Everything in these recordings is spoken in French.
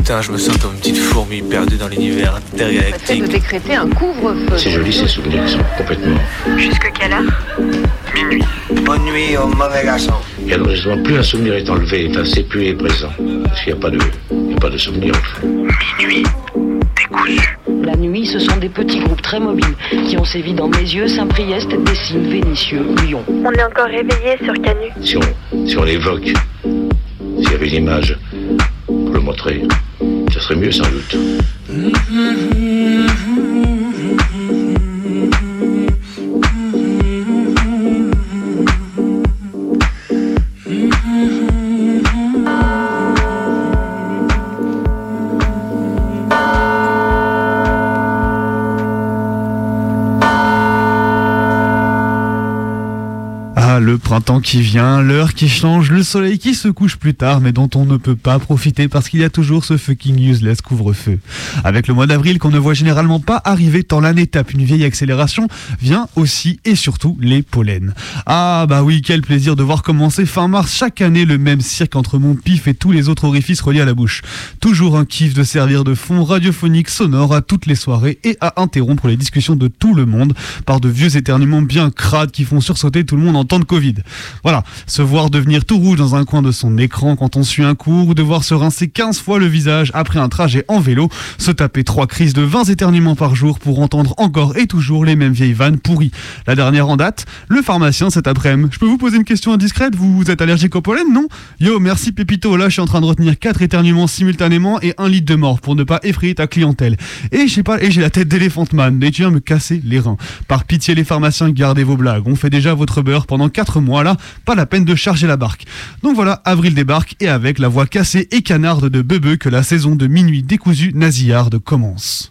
Putain, je me sens comme une petite fourmi perdue dans l'univers intergalactique. Ça fait de décréter un couvre-feu. C'est joli ces souvenirs, ils sont complètement... Jusque quelle heure? Minuit. Bonne nuit au mauvais garçon. Et alors justement, plus un souvenir est enlevé, enfin c'est plus est présent. Parce qu'il n'y a pas de souvenir en fait. Minuit. Décousu. La nuit, ce sont des petits groupes très mobiles qui ont sévi dans Mézieux, Saint-Priest, Dessines, Vénissieux, Lyon. On est encore réveillé sur Canu. Si on l'évoque, s'il y avait une image pour le montrer, ça serait mieux sans doute. Le printemps qui vient, l'heure qui change, le soleil qui se couche plus tard mais dont on ne peut pas profiter parce qu'il y a toujours ce fucking useless couvre-feu. Avec le mois d'avril qu'on ne voit généralement pas arriver tant l'année tape une vieille accélération, vient aussi et surtout les pollens. Ah bah oui, quel plaisir de voir commencer fin mars chaque année le même cirque entre mon pif et tous les autres orifices reliés à la bouche. Toujours un kiff de servir de fond radiophonique sonore à toutes les soirées et à interrompre les discussions de tout le monde par de vieux éternuements bien crades qui font sursauter tout le monde en temps de Covid. Voilà, se voir devenir tout rouge dans un coin de son écran quand on suit un cours ou devoir se rincer 15 fois le visage après un trajet en vélo, se taper 3 crises de 20 éternuements par jour pour entendre encore et toujours les mêmes vieilles vannes pourries. La dernière en date, le pharmacien cet après-midi. Je peux vous poser une question indiscrète? Vous êtes allergique au pollen, non? Yo, merci Pépito, là je suis en train de retenir 4 éternuements simultanément et 1 litre de morve pour ne pas effrayer ta clientèle. Et j'ai la tête d'éléphant man et tu viens me casser les reins. Par pitié les pharmaciens, gardez vos blagues, on fait déjà votre beurre pendant 4 mois là, pas la peine de charger la barque. Donc voilà, avril débarque et avec la voix cassée et canarde de Bebe que la saison de Minuit décousu nasillarde commence.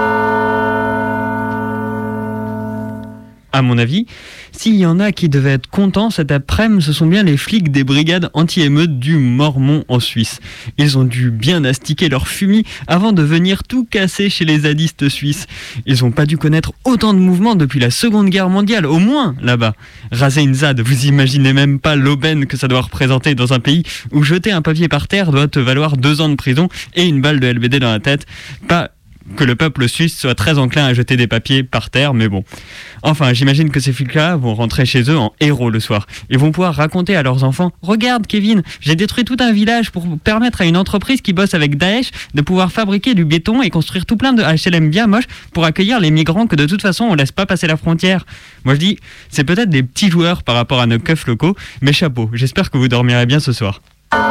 À mon avis, s'il y en a qui devaient être contents cet après-midi, ce sont bien les flics des brigades anti-émeutes du Mormon en Suisse. Ils ont dû bien astiquer leur fumier avant de venir tout casser chez les zadistes suisses. Ils n'ont pas dû connaître autant de mouvements depuis la Seconde Guerre mondiale, au moins là-bas. Raser une ZAD, vous imaginez même pas l'aubaine que ça doit représenter dans un pays où jeter un papier par terre doit te valoir 2 ans de prison et une balle de LBD dans la tête. Pas que le peuple suisse soit très enclin à jeter des papiers par terre, mais bon. Enfin, j'imagine que ces flics-là vont rentrer chez eux en héros le soir. Ils vont pouvoir raconter à leurs enfants « Regarde Kevin, j'ai détruit tout un village pour permettre à une entreprise qui bosse avec Daesh de pouvoir fabriquer du béton et construire tout plein de HLM bien moches pour accueillir les migrants que de toute façon on laisse pas passer la frontière. » Moi je dis, c'est peut-être des petits joueurs par rapport à nos keufs locaux, mais chapeau, j'espère que vous dormirez bien ce soir.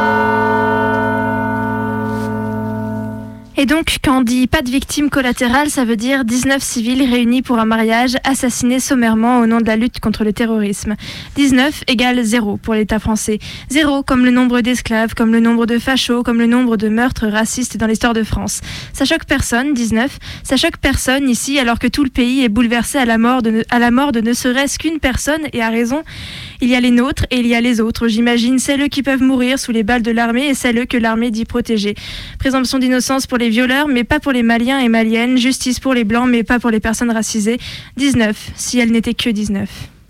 Et donc, quand on dit pas de victimes collatérales, ça veut dire 19 civils réunis pour un mariage, assassinés sommairement au nom de la lutte contre le terrorisme. 19 égale 0 pour l'État français. 0 comme le nombre d'esclaves, comme le nombre de fachos, comme le nombre de meurtres racistes dans l'histoire de France. Ça choque personne, 19. Ça choque personne ici, alors que tout le pays est bouleversé à la mort de ne serait-ce qu'une personne, et à raison. Il y a les nôtres et il y a les autres. J'imagine celles qui peuvent mourir sous les balles de l'armée et celles que l'armée dit protéger. Présomption d'innocence pour les violeurs, mais pas pour les Maliens et Maliennes. Justice pour les Blancs, mais pas pour les personnes racisées. 19, si elle n'était que 19.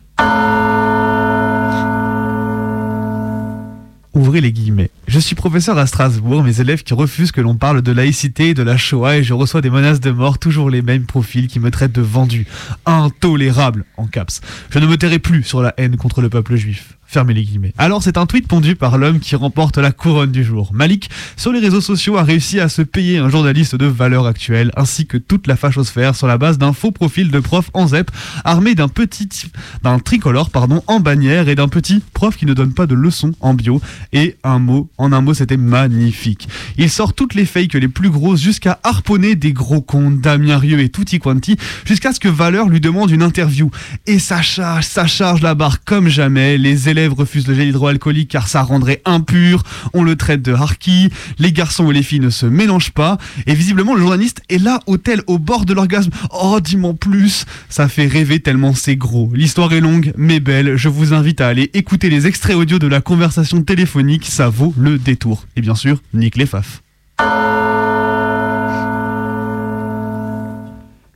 Ouvrez les guillemets. Je suis professeur à Strasbourg, mes élèves qui refusent que l'on parle de laïcité et de la Shoah et je reçois des menaces de mort, toujours les mêmes profils qui me traitent de vendu. Intolérable, en caps. Je ne me tairai plus sur la haine contre le peuple juif. Fermez les guillemets. Alors c'est un tweet pondu par l'homme qui remporte la couronne du jour. Malik, sur les réseaux sociaux, a réussi à se payer un journaliste de valeur actuelle, ainsi que toute la fachosphère sur la base d'un faux profil de prof en ZEP, armé d'un tricolore en bannière et d'un petit prof qui ne donne pas de leçons en bio. Et en un mot, c'était magnifique. Il sort toutes les fakes les plus grosses jusqu'à harponner des gros cons, Damien Rieu et tutti quanti, jusqu'à ce que Valeur lui demande une interview. Et ça charge la barre comme jamais. Les élèves refusent le gel hydroalcoolique car ça rendrait impur, on le traite de harki, les garçons et les filles ne se mélangent pas, et visiblement le journaliste est là au bord de l'orgasme. Oh, dis-moi plus, ça fait rêver tellement c'est gros. L'histoire est longue mais belle, je vous invite à aller écouter les extraits audio de la conversation téléphonique, ça vaut le détour. Et bien sûr, nique les faf.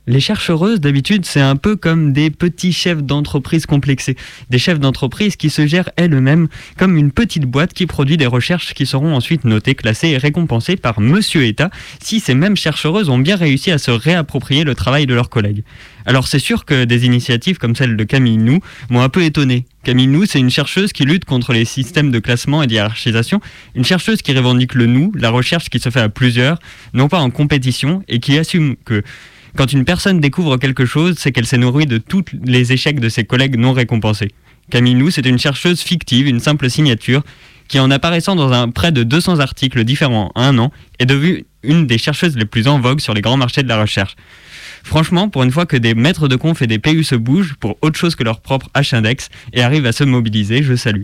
Les chercheuses, d'habitude, c'est un peu comme des petits chefs d'entreprise complexés. Des chefs d'entreprise qui se gèrent elles-mêmes comme une petite boîte qui produit des recherches qui seront ensuite notées, classées et récompensées par Monsieur État si ces mêmes chercheuses ont bien réussi à se réapproprier le travail de leurs collègues. Alors c'est sûr que des initiatives comme celle de Camille Nou m'ont un peu étonné. Camille Nou, c'est une chercheuse qui lutte contre les systèmes de classement et d'hiérarchisation, une chercheuse qui revendique le nous, la recherche qui se fait à plusieurs, non pas en compétition, et qui assume que quand une personne découvre quelque chose, c'est qu'elle s'est nourrie de tous les échecs de ses collègues non récompensés. Camille Nou, c'est une chercheuse fictive, une simple signature, qui en apparaissant dans près de 200 articles différents en un an, est devenue une des chercheuses les plus en vogue sur les grands marchés de la recherche. Franchement, pour une fois que des maîtres de conf et des PU se bougent pour autre chose que leur propre H-index et arrivent à se mobiliser, je salue.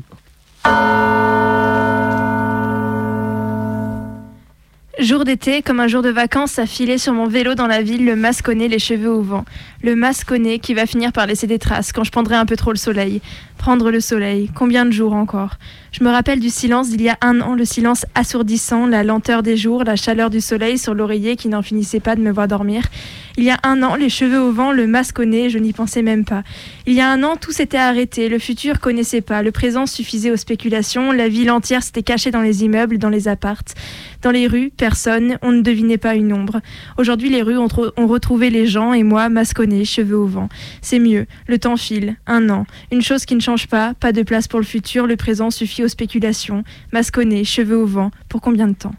Jour d'été, comme un jour de vacances, à filer sur mon vélo dans la ville, le masque au nez, les cheveux au vent. Le masque au nez qui va finir par laisser des traces quand je prendrai un peu trop le soleil. Prendre le soleil, combien de jours encore ? Je me rappelle du silence d'il y a un an, le silence assourdissant, la lenteur des jours, la chaleur du soleil sur l'oreiller qui n'en finissait pas de me voir dormir. Il y a un an, les cheveux au vent, le masque au nez, je n'y pensais même pas. Il y a un an, tout s'était arrêté, le futur connaissait pas, le présent suffisait aux spéculations, la ville entière s'était cachée dans les immeubles, dans les appartes. Dans les rues, personne, on ne devinait pas une ombre. Aujourd'hui, les rues ont retrouvé les gens et moi, masque au nez, cheveux au vent. C'est mieux, le temps file, un an. Une chose qui ne change pas de place pour le futur, le présent suffit aux spéculations. Masque au nez, cheveux au vent, pour combien de temps ?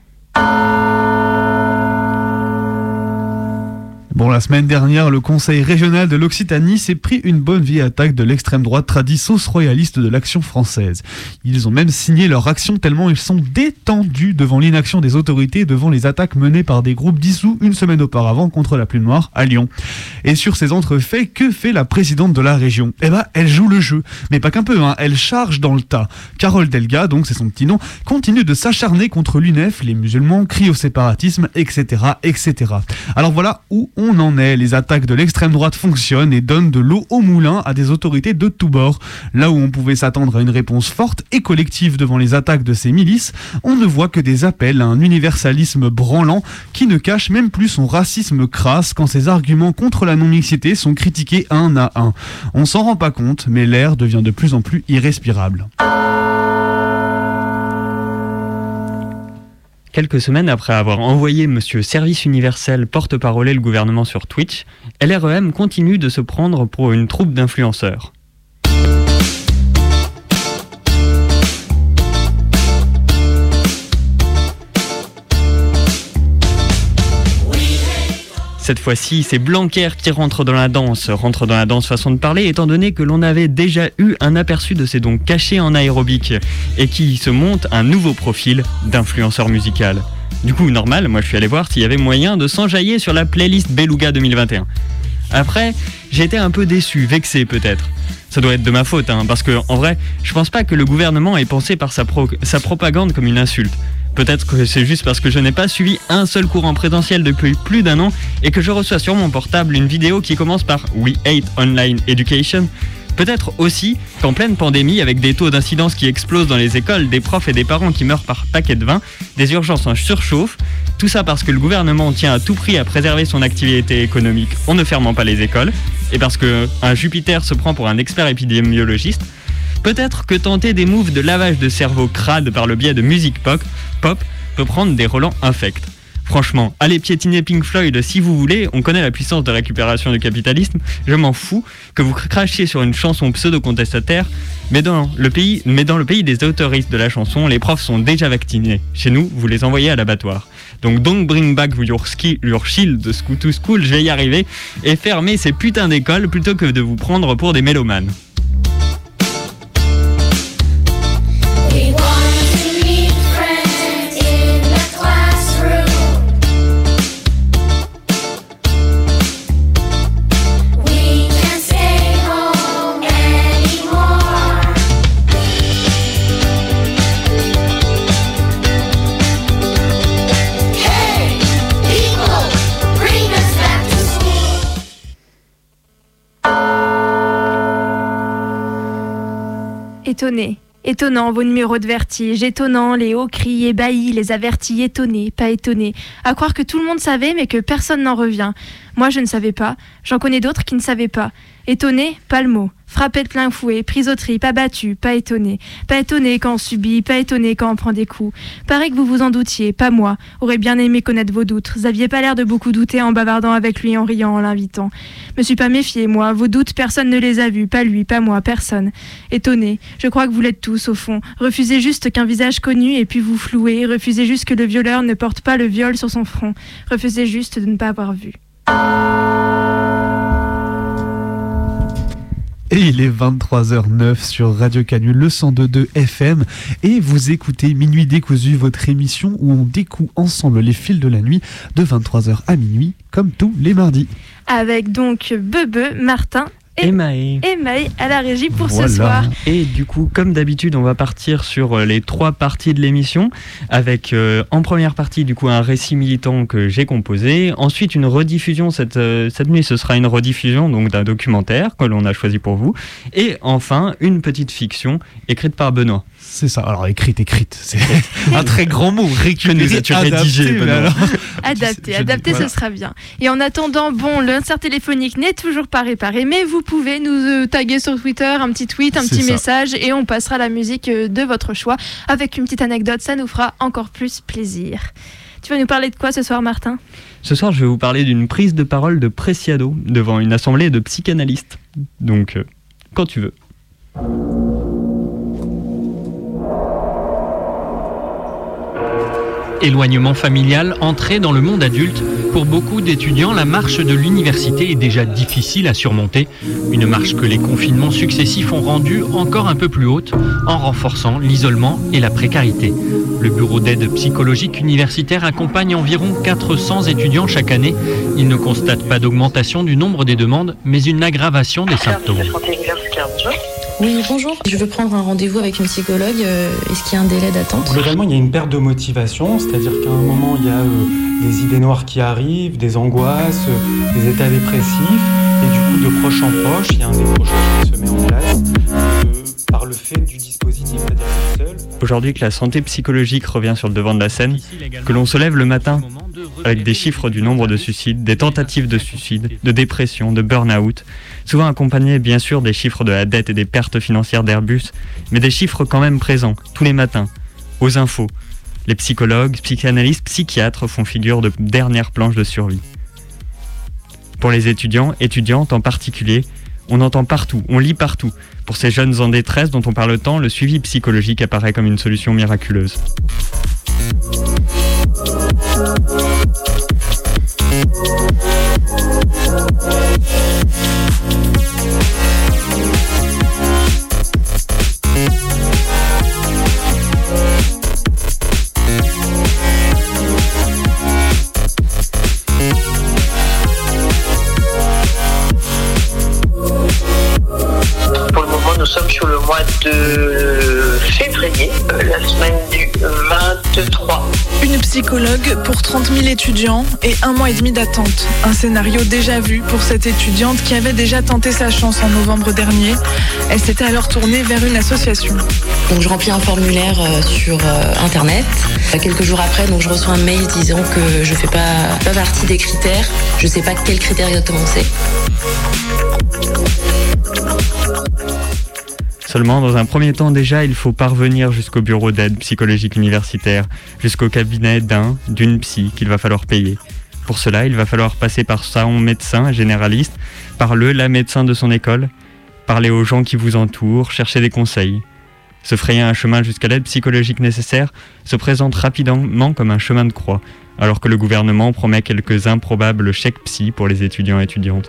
Bon, la semaine dernière, le Conseil régional de l'Occitanie s'est pris une bonne vieille attaque de l'extrême droite sauce royaliste de l'Action française. Ils ont même signé leur action tellement ils sont détendus devant l'inaction des autorités et devant les attaques menées par des groupes dissous une semaine auparavant contre la Plume Noire à Lyon. Et sur ces entrefaits, que fait la présidente de la région ? Eh ben, elle joue le jeu. Mais pas qu'un peu, elle charge dans le tas. Carole Delga, donc c'est son petit nom, continue de s'acharner contre l'UNEF, les musulmans, crie au séparatisme, etc., etc. Alors voilà où on en est. Les attaques de l'extrême droite fonctionnent et donnent de l'eau au moulin à des autorités de tous bords. Là où on pouvait s'attendre à une réponse forte et collective devant les attaques de ces milices, on ne voit que des appels à un universalisme branlant qui ne cache même plus son racisme crasse quand ses arguments contre la non-mixité sont critiqués un à un. On s'en rend pas compte, mais l'air devient de plus en plus irrespirable. Quelques semaines après avoir envoyé Monsieur Service Universel porte-parole le gouvernement sur Twitch, LREM continue de se prendre pour une troupe d'influenceurs. Cette fois-ci, c'est Blanquer qui rentre dans la danse façon de parler, étant donné que l'on avait déjà eu un aperçu de ses dons cachés en aérobic, et qui se monte un nouveau profil d'influenceur musical. Du coup, normal, moi je suis allé voir s'il y avait moyen de s'enjailler sur la playlist Beluga 2021. Après, j'ai été un peu déçu, vexé peut-être. Ça doit être de ma faute, parce que en vrai, je pense pas que le gouvernement ait pensé par sa propagande comme une insulte. Peut-être que c'est juste parce que je n'ai pas suivi un seul cours en présentiel depuis plus d'un an et que je reçois sur mon portable une vidéo qui commence par « We hate online education ». Peut-être aussi qu'en pleine pandémie, avec des taux d'incidence qui explosent dans les écoles, des profs et des parents qui meurent par paquet de vin, des urgences en surchauffe, tout ça parce que le gouvernement tient à tout prix à préserver son activité économique en ne fermant pas les écoles, et parce qu'un Jupiter se prend pour un expert épidémiologiste. Peut-être que tenter des moves de lavage de cerveau crade par le biais de musique pop peut prendre des relents infects. Franchement, allez piétiner Pink Floyd si vous voulez, on connaît la puissance de récupération du capitalisme, je m'en fous que vous crachiez sur une chanson pseudo-contestataire, mais dans le pays des autoristes de la chanson, les profs sont déjà vaccinés. Chez nous, vous les envoyez à l'abattoir. Donc don't bring back your shield de School to School, je vais y arriver, et fermez ces putains d'écoles plutôt que de vous prendre pour des mélomanes. Étonné. Étonnant, vos numéros de vertige, étonnant, les hauts cris ébahis, les avertis étonnés, pas étonnés. À croire que tout le monde savait, mais que personne n'en revient. Moi, je ne savais pas. J'en connais d'autres qui ne savaient pas. Étonné, pas le mot. Frappé de plein fouet, prise au trip, abattu, pas étonné. Pas étonné quand on subit, pas étonné quand on prend des coups. Pareil que vous vous en doutiez, pas moi. Aurais bien aimé connaître vos doutes. Vous aviez pas l'air de beaucoup douter en bavardant avec lui, en riant, en l'invitant. Me suis pas méfié, moi. Vos doutes, personne ne les a vus. Pas lui, pas moi, personne. Étonné. Je crois que vous l'êtes tous, au fond. Refusez juste qu'un visage connu et puis vous flouez. Refusez juste que le violeur ne porte pas le viol sur son front. Refusez juste de ne pas avoir vu. Et il est 23h09 sur Radio Canu, le 102.2 FM, et vous écoutez Minuit décousu, votre émission où on découd ensemble les fils de la nuit de 23h à minuit, comme tous les mardis. Avec donc Bebe, Martin et Maë à la régie pour ce soir. Et du coup, comme d'habitude, on va partir sur les 3 parties de l'émission, avec en première partie du coup un récit militant que j'ai composé, ensuite une rediffusion, cette nuit ce sera une rediffusion donc d'un documentaire que l'on a choisi pour vous, et enfin une petite fiction écrite par Benoît. C'est ça, alors écrite, c'est un très grand mot, récupérer, rédigé, adapté, voilà. Ce sera bien. Et en attendant, bon, l'insert téléphonique n'est toujours pas réparé, mais vous pouvez nous taguer sur Twitter, un petit tweet, un petit message, et on passera la musique de votre choix avec une petite anecdote, ça nous fera encore plus plaisir. Tu vas nous parler de quoi ce soir, Martin ? Ce soir, je vais vous parler d'une prise de parole de Preciado devant une assemblée de psychanalystes. Donc, quand tu veux. Éloignement familial, entrée dans le monde adulte. Pour beaucoup d'étudiants, la marche de l'université est déjà difficile à surmonter. Une marche que les confinements successifs ont rendue encore un peu plus haute, en renforçant l'isolement et la précarité. Le bureau d'aide psychologique universitaire accompagne environ 400 étudiants chaque année. Il ne constate pas d'augmentation du nombre des demandes, mais une aggravation des symptômes. Oui, bonjour. Je veux prendre un rendez-vous avec une psychologue. Est-ce qu'il y a un délai d'attente ? Globalement, il y a une perte de motivation, c'est-à-dire qu'à un moment, il y a des idées noires qui arrivent, des angoisses, des états dépressifs, et du coup, de proche en proche, il y a un décrochage qui se met en place par le fait du dispositif, c'est-à-dire seul. Aujourd'hui que la santé psychologique revient sur le devant de la scène, que l'on se lève le matin avec des chiffres du nombre de suicides, des tentatives de suicide, de dépression, de burn-out, souvent accompagnés bien sûr des chiffres de la dette et des pertes financières d'Airbus, mais des chiffres quand même présents, tous les matins, aux infos. Les psychologues, psychanalystes, psychiatres font figure de dernière planche de survie. Pour les étudiants, étudiantes en particulier, on entend partout, on lit partout. Pour ces jeunes en détresse dont on parle tant, le suivi psychologique apparaît comme une solution miraculeuse. Nous sommes sur le mois de février, la semaine du 23. Une psychologue pour 30 000 étudiants et 1 mois et demi d'attente. Un scénario déjà vu pour cette étudiante qui avait déjà tenté sa chance en novembre dernier. Elle s'était alors tournée vers une association. Donc je remplis un formulaire sur Internet. Quelques jours après, donc je reçois un mail disant que je ne fais pas partie des critères. Je ne sais pas quels critères exactement c'est. Seulement, dans un premier temps déjà, il faut parvenir jusqu'au bureau d'aide psychologique universitaire, jusqu'au cabinet d'une psy qu'il va falloir payer. Pour cela, il va falloir passer par son médecin généraliste, par la médecin de son école, parler aux gens qui vous entourent, chercher des conseils. Se frayer un chemin jusqu'à l'aide psychologique nécessaire se présente rapidement comme un chemin de croix, alors que le gouvernement promet quelques improbables chèques psy pour les étudiants et étudiantes.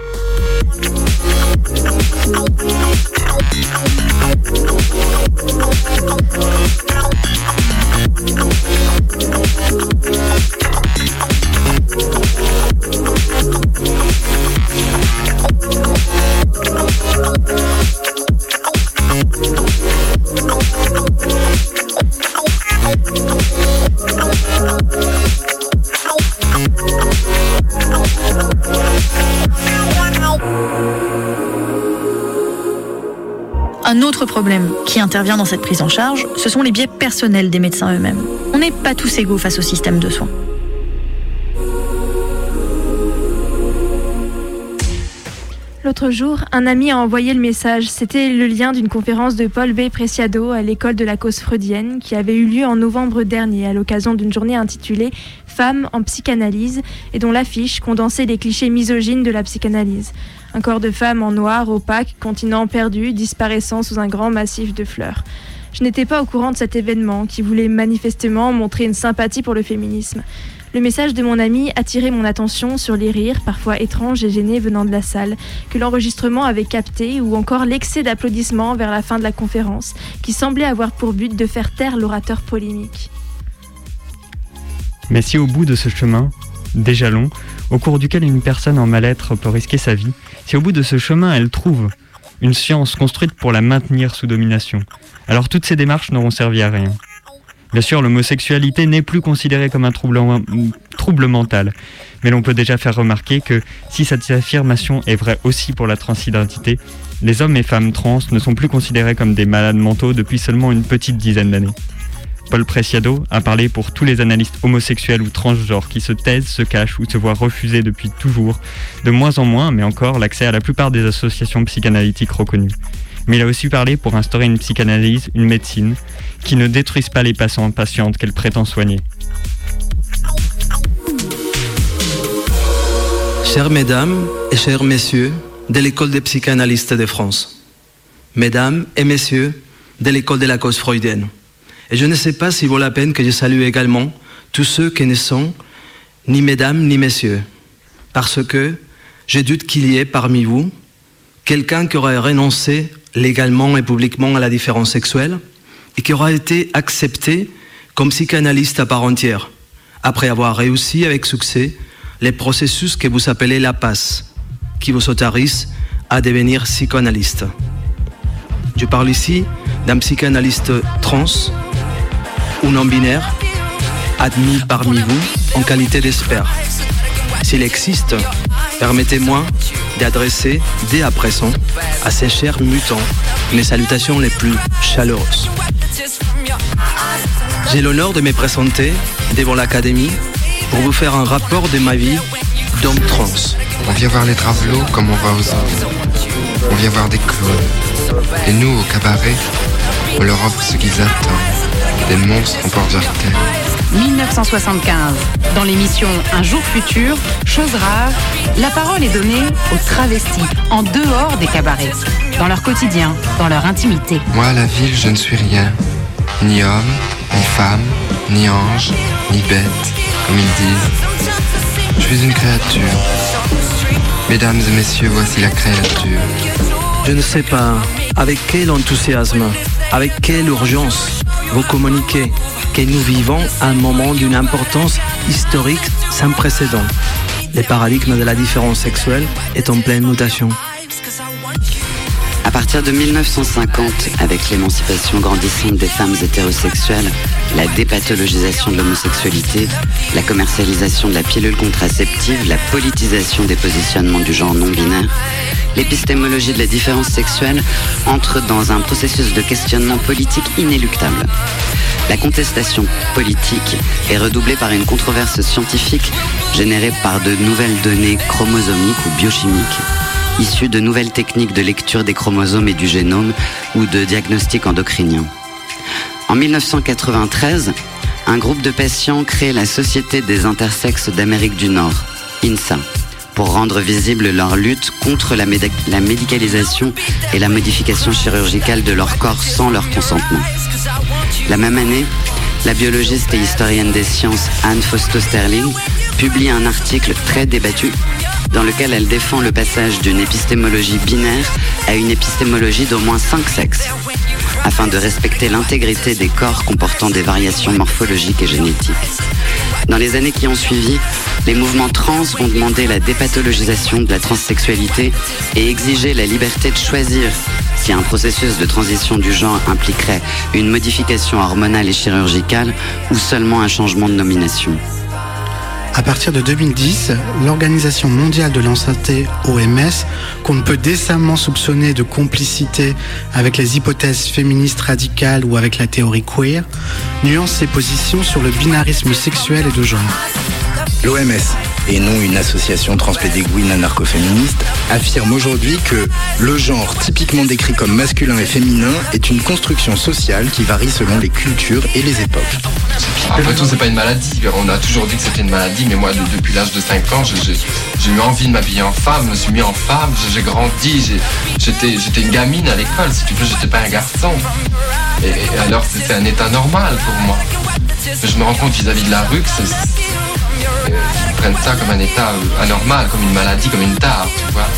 Un autre problème qui intervient dans cette prise en charge, ce sont les biais personnels des médecins eux-mêmes. On n'est pas tous égaux face au système de soins. L'autre jour, un ami a envoyé le message. C'était le lien d'une conférence de Paul B. Preciado à l'école de la cause freudienne qui avait eu lieu en novembre dernier à l'occasion d'une journée intitulée « Femmes en psychanalyse » et dont l'affiche condensait les clichés misogynes de la psychanalyse. Un corps de femme en noir, opaque, continent perdu, disparaissant sous un grand massif de fleurs. Je n'étais pas au courant de cet événement qui voulait manifestement montrer une sympathie pour le féminisme. Le message de mon ami attirait mon attention sur les rires, parfois étranges et gênés venant de la salle, que l'enregistrement avait capté, ou encore l'excès d'applaudissements vers la fin de la conférence, qui semblait avoir pour but de faire taire l'orateur polémique. Mais si au bout de ce chemin, déjà long, au cours duquel une personne en mal-être peut risquer sa vie, si au bout de ce chemin elle trouve une science construite pour la maintenir sous domination, alors toutes ces démarches n'auront servi à rien. Bien sûr, l'homosexualité n'est plus considérée comme un trouble mental, mais l'on peut déjà faire remarquer que si cette affirmation est vraie aussi pour la transidentité, les hommes et femmes trans ne sont plus considérés comme des malades mentaux depuis seulement une petite dizaine d'années. Paul Preciado a parlé pour tous les analystes homosexuels ou transgenres qui se taisent, se cachent ou se voient refuser depuis toujours, de moins en moins, mais encore, l'accès à la plupart des associations psychanalytiques reconnues. Mais il a aussi parlé pour instaurer une psychanalyse, une médecine, qui ne détruisent pas les patientes qu'elle prétend soigner. Chères mesdames et chers messieurs de l'école des psychanalystes de France, mesdames et messieurs de l'école de la cause freudienne, et je ne sais pas s'il vaut la peine que je salue également tous ceux qui ne sont ni mesdames ni messieurs, parce que je doute qu'il y ait parmi vous quelqu'un qui aurait renoncé légalement et publiquement à la différence sexuelle et qui aura été accepté comme psychanalyste à part entière, après avoir réussi avec succès les processus que vous appelez la passe, qui vous autorise à devenir psychanalyste. Je parle ici d'un psychanalyste trans ou non-binaire, admis parmi vous en qualité d'expert. S'il existe, permettez-moi d'adresser dès à présent à ces chers mutants mes salutations les plus chaleureuses. J'ai l'honneur de me présenter devant l'Académie pour vous faire un rapport de ma vie d'homme trans. On vient voir les travelots comme on va aux zoos. On vient voir des clowns. Et nous, au cabaret, on leur offre ce qu'ils attendent. Des monstres en porte-jartel. 1975. Dans l'émission Un jour futur, chose rare, la parole est donnée aux travestis, en dehors des cabarets, dans leur quotidien, dans leur intimité. Moi, à la ville, je ne suis rien. Ni homme, ni femme, ni ange, ni bête, comme ils disent. Je suis une créature. Mesdames et messieurs, voici la créature. Je ne sais pas avec quel enthousiasme, avec quelle urgence vous communiquez que nous vivons un moment d'une importance historique sans précédent. Le paradigme de la différence sexuelle est en pleine mutation. À partir de 1950, avec l'émancipation grandissante des femmes hétérosexuelles, la dépathologisation de l'homosexualité, la commercialisation de la pilule contraceptive, la politisation des positionnements du genre non-binaire, l'épistémologie de la différence sexuelle entre dans un processus de questionnement politique inéluctable. La contestation politique est redoublée par une controverse scientifique générée par de nouvelles données chromosomiques ou biochimiques, issues de nouvelles techniques de lecture des chromosomes et du génome ou de diagnostic endocrinien. En 1993, un groupe de patients crée la Société des intersexes d'Amérique du Nord, INSA, pour rendre visible leur lutte contre la médicalisation et la modification chirurgicale de leur corps sans leur consentement. La même année, la biologiste et historienne des sciences Anne Fausto-Sterling publie un article très débattu dans lequel elle défend le passage d'une épistémologie binaire à une épistémologie d'au moins 5 sexes, afin de respecter l'intégrité des corps comportant des variations morphologiques et génétiques. Dans les années qui ont suivi, les mouvements trans ont demandé la dépathologisation de la transsexualité et exigé la liberté de choisir si un processus de transition du genre impliquerait une modification hormonale et chirurgicale ou seulement un changement de nomination. À partir de 2010, l'Organisation mondiale de la santé, OMS, qu'on peut décemment soupçonner de complicité avec les hypothèses féministes radicales ou avec la théorie queer, nuance ses positions sur le binarisme sexuel et de genre. L'OMS, et non une association transpédéguine anarcho-féministe, affirme aujourd'hui que le genre typiquement décrit comme masculin et féminin est une construction sociale qui varie selon les cultures et les époques. Après tout, c'est pas une maladie. On a toujours dit que c'était une maladie, mais moi, depuis l'âge de 5 ans, j'ai eu envie de m'habiller en femme, je me suis mis en femme, j'ai grandi, j'étais une gamine à l'école, si tu veux, j'étais pas un garçon. Et alors, c'est un état normal pour moi. Mais je me rends compte vis-à-vis de la rue que ils prennent ça comme un état anormal, comme une maladie, comme une tare, tu vois.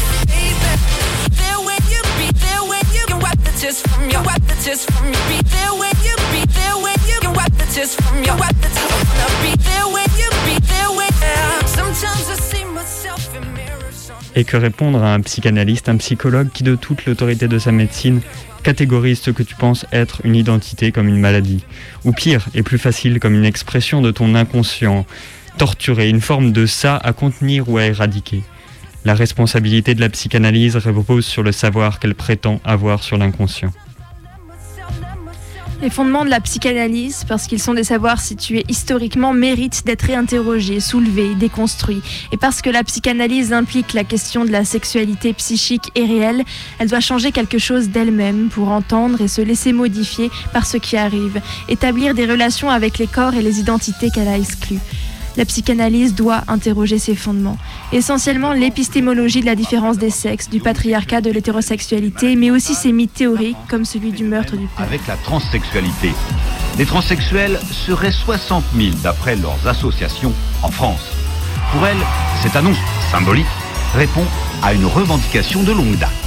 Et que répondre à un psychanalyste, un psychologue qui, de toute l'autorité de sa médecine, catégorise ce que tu penses être une identité comme une maladie, ou pire et plus facile comme une expression de ton inconscient, torturé, une forme de ça à contenir ou à éradiquer. La responsabilité de la psychanalyse repose sur le savoir qu'elle prétend avoir sur l'inconscient. Les fondements de la psychanalyse, parce qu'ils sont des savoirs situés historiquement, méritent d'être réinterrogés, soulevés, déconstruits. Et parce que la psychanalyse implique la question de la sexualité psychique et réelle, elle doit changer quelque chose d'elle-même pour entendre et se laisser modifier par ce qui arrive, établir des relations avec les corps et les identités qu'elle a exclus. La psychanalyse doit interroger ses fondements. Essentiellement l'épistémologie de la différence des sexes, du patriarcat, de l'hétérosexualité, mais aussi ses mythes théoriques comme celui du meurtre du père. Avec la transsexualité, les transsexuels seraient 60 000 d'après leurs associations en France. Pour elles, cette annonce symbolique répond à une revendication de longue date.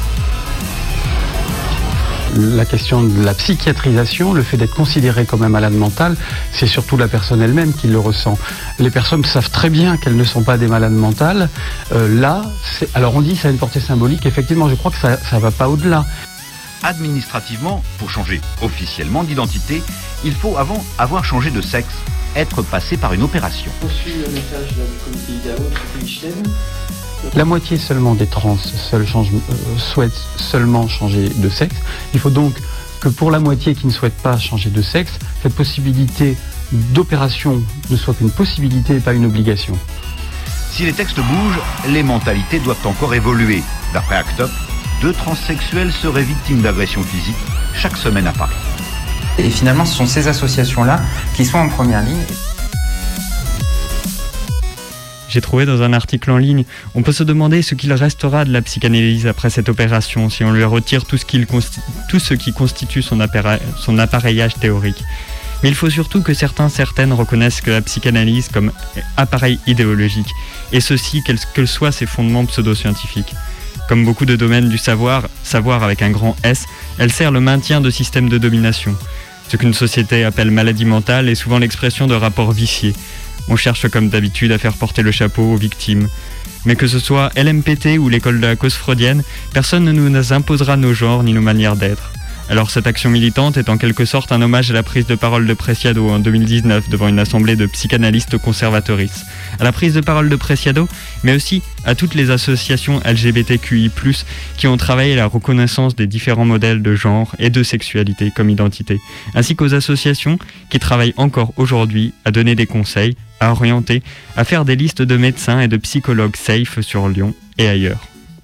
La question de la psychiatrisation, le fait d'être considéré comme un malade mental, c'est surtout la personne elle-même qui le ressent. Les personnes savent très bien qu'elles ne sont pas des malades mentales. Alors on dit que ça a une portée symbolique, effectivement je crois que ça ne va pas au-delà. Administrativement, pour changer officiellement d'identité, il faut avant avoir changé de sexe, être passé par une opération. La moitié seulement des trans souhaitent seulement changer de sexe. Il faut donc que pour la moitié qui ne souhaite pas changer de sexe, cette possibilité d'opération ne soit qu'une possibilité et pas une obligation. Si les textes bougent, les mentalités doivent encore évoluer. D'après ACT UP, 2 transsexuels seraient victimes d'agressions physiques chaque semaine à Paris. Et finalement, ce sont ces associations-là qui sont en première ligne. J'ai trouvé dans un article en ligne, on peut se demander ce qu'il restera de la psychanalyse après cette opération, si on lui retire tout ce qui constitue son appareillage théorique. Mais il faut surtout que certaines reconnaissent que la psychanalyse comme appareil idéologique, et ceci, quels soient ses fondements pseudo-scientifiques. Comme beaucoup de domaines du savoir avec un grand S, elle sert le maintien de systèmes de domination. Ce qu'une société appelle maladie mentale est souvent l'expression de rapports viciés. On cherche comme d'habitude à faire porter le chapeau aux victimes. Mais que ce soit LMPT ou l'école de la cause freudienne, personne ne nous imposera nos genres ni nos manières d'être. Alors cette action militante est en quelque sorte un hommage à la prise de parole de Preciado en 2019 devant une assemblée de psychanalystes conservatrices. À la prise de parole de Preciado, mais aussi à toutes les associations LGBTQI+, qui ont travaillé à la reconnaissance des différents modèles de genre et de sexualité comme identité, ainsi qu'aux associations qui travaillent encore aujourd'hui à donner des conseils, à orienter, à faire des listes de médecins et de psychologues safe sur Lyon et ailleurs.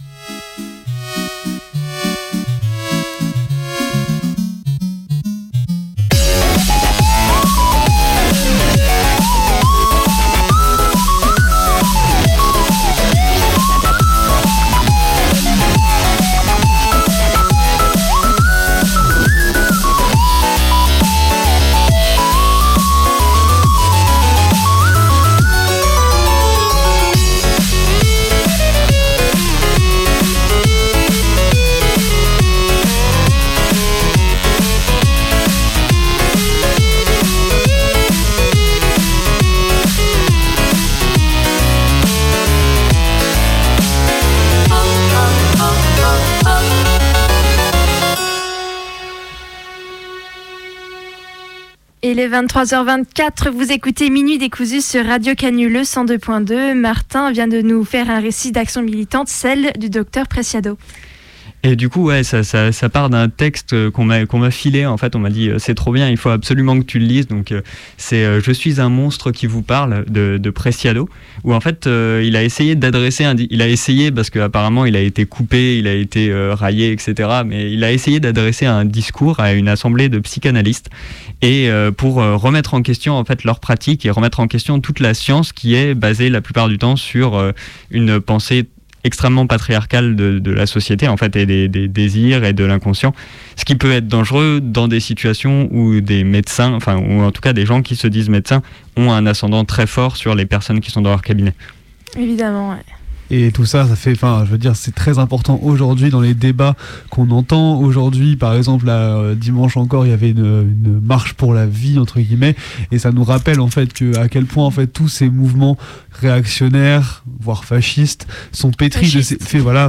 Il est 23h24, vous écoutez Minuit décousu sur Radio Canu le 102.2. Martin vient de nous faire un récit d'action militante, celle du docteur Preciado. Et du coup, ouais, ça part d'un texte qu'on m'a filé. En fait, on m'a dit c'est trop bien, il faut absolument que tu le lises. Donc, c'est Je suis un monstre qui vous parle de Preciado, où en fait, il a essayé d'adresser parce qu'apparemment, il a été coupé, il a été raillé, etc. Mais il a essayé d'adresser un discours à une assemblée de psychanalystes et pour remettre en question en fait leur pratique et remettre en question toute la science qui est basée la plupart du temps sur une pensée extrêmement patriarcale de la société en fait, et des désirs et de l'inconscient, ce qui peut être dangereux dans des situations où des médecins, enfin ou en tout cas des gens qui se disent médecins, ont un ascendant très fort sur les personnes qui sont dans leur cabinet. Évidemment, ouais. Et tout ça, c'est très important aujourd'hui dans les débats qu'on entend aujourd'hui. Par exemple, dimanche encore, il y avait une marche pour la vie entre guillemets, et ça nous rappelle en fait à quel point en fait tous ces mouvements réactionnaires, voire fascistes, sont pétris de ces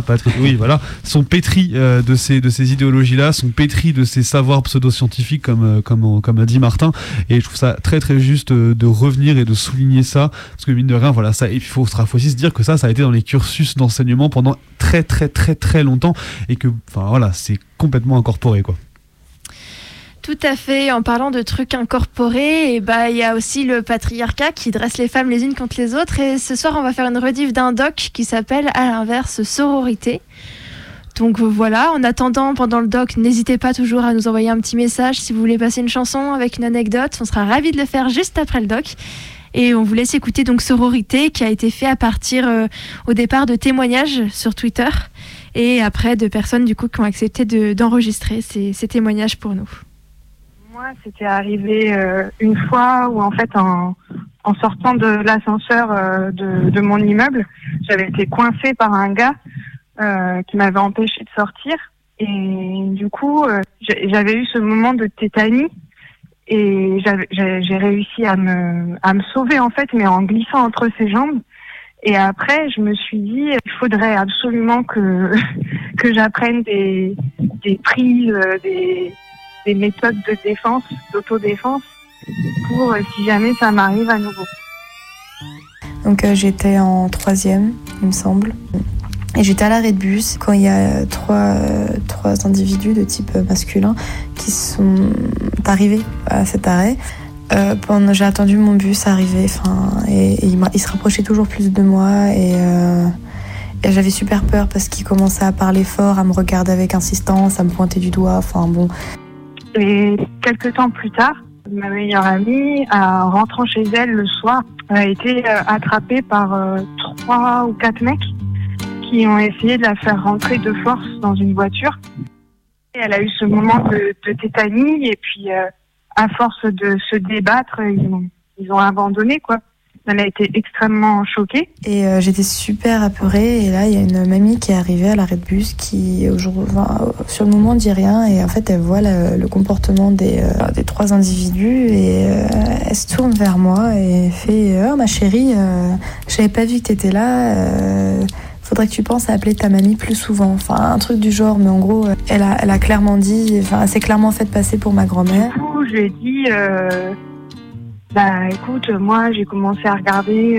sont pétris de ces idéologies-là, sont pétris de ces savoirs pseudo-scientifiques comme a dit Martin. Et je trouve ça très très juste de revenir et de souligner ça, parce que mine de rien, voilà ça. Et puis il faut aussi se dire que ça a été dans les cursus d'enseignement pendant très très très très longtemps, et que c'est complètement incorporé quoi. Tout à fait. En parlant de trucs incorporés, il y a aussi le patriarcat qui dresse les femmes les unes contre les autres. Et ce soir, on va faire une rediff d'un doc qui s'appelle à l'inverse Sororité. Donc voilà, en attendant, pendant le doc, n'hésitez pas toujours à nous envoyer un petit message si vous voulez passer une chanson avec une anecdote. On sera ravis de le faire juste après le doc. Et on vous laisse écouter donc Sororité, qui a été fait à partir au départ de témoignages sur Twitter et après de personnes du coup qui ont accepté d'enregistrer ces témoignages pour nous. Moi, c'était arrivé une fois où en fait en sortant de l'ascenseur de mon immeuble, j'avais été coincée par un gars qui m'avait empêché de sortir, et du coup j'avais eu ce moment de tétanie. Et j'ai réussi à me sauver en fait, mais en glissant entre ses jambes. Et après, je me suis dit, il faudrait absolument que j'apprenne des prises, des méthodes de défense, d'autodéfense, pour si jamais ça m'arrive à nouveau. Donc j'étais en 3e, il me semble. Et j'étais à l'arrêt de bus quand il y a trois individus de type masculin qui sont arrivés à cet arrêt. J'ai attendu mon bus arriver, et il se rapprochait toujours plus de moi, et j'avais super peur parce qu'il commençait à parler fort, à me regarder avec insistance, à me pointer du doigt, Et quelques temps plus tard, ma meilleure amie, en rentrant chez elle le soir, a été attrapée par 3 ou 4 mecs qui ont essayé de la faire rentrer de force dans une voiture. Et elle a eu ce moment de tétanie, et puis à force de se débattre, ils ont abandonné quoi. Elle a été extrêmement choquée. Et j'étais super apeurée, et là il y a une mamie qui est arrivée à l'arrêt de bus qui sur le moment dit rien, et en fait elle voit le comportement des 3 individus, et elle se tourne vers moi et fait « Oh ma chérie, j'avais pas vu que t'étais là, faudrait que tu penses à appeler ta mamie plus souvent », un truc du genre. Mais en gros elle a clairement dit, elle s'est clairement fait passer pour ma grand-mère. Du coup je lui ai dit écoute, moi j'ai commencé à regarder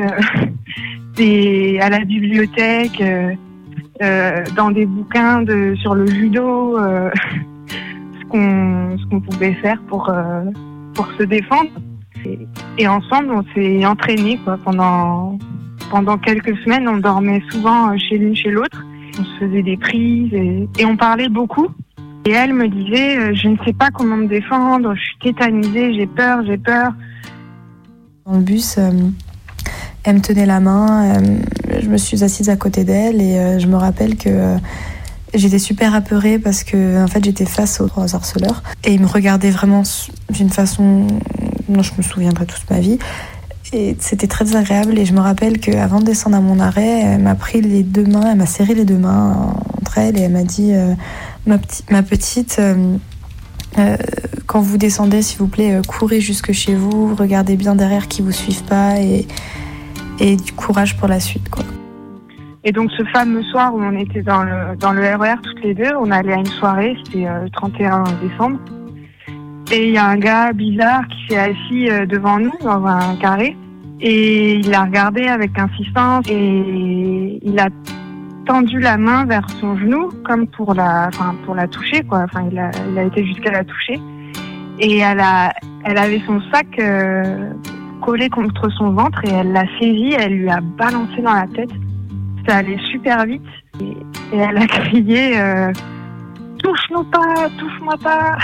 à la bibliothèque, dans des bouquins sur le judo, ce qu'on pouvait faire pour se défendre. Et ensemble on s'est entraînés quoi, pendant quelques semaines. On dormait souvent chez l'une chez l'autre, on se faisait des prises et on parlait beaucoup. Et elle me disait je ne sais pas comment me défendre, je suis tétanisée, j'ai peur. Dans le bus, elle me tenait la main, je me suis assise à côté d'elle, et je me rappelle que j'étais super apeurée parce que en fait j'étais face aux 3 harceleurs, et ils me regardaient vraiment d'une façon dont je me souviendrai toute ma vie, et c'était très désagréable. Et je me rappelle qu'avant de descendre à mon arrêt, elle m'a pris les 2 mains, elle m'a serré les 2 mains entre elles, et elle m'a dit ma petite, quand vous descendez, s'il vous plaît, courez jusque chez vous, regardez bien derrière qu'ils vous suivent pas, et du courage pour la suite, quoi. Et donc ce fameux soir où on était dans le RER toutes les deux, on allait à une soirée, c'était le 31 décembre, et il y a un gars bizarre qui s'est assis devant nous dans un carré, et il a regardé avec insistance, et il a tendu la main vers son genou, comme pour la toucher, quoi. Enfin, il a été jusqu'à la toucher. Et elle avait son sac collé contre son ventre et elle l'a saisi, elle lui a balancé dans la tête. Ça allait super vite et elle a crié touche-nous pas, touche-moi pas.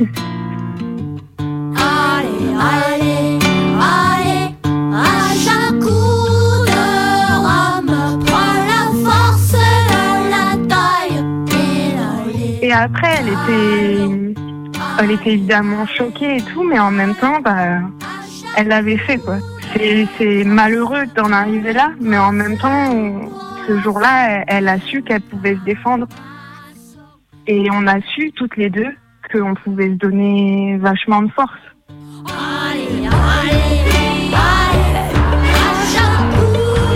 Allez, allez, allez, à chaque coup de rame, prends la force de la taille, pédaler. Et après, elle était évidemment choquée et tout, mais en même temps, elle l'avait fait, quoi. C'est malheureux d'en arriver là, mais en même temps, ce jour-là, elle a su qu'elle pouvait se défendre. Et on a su, toutes les deux, qu'on pouvait se donner vachement de force. Allez, allez, allez, à chaque coup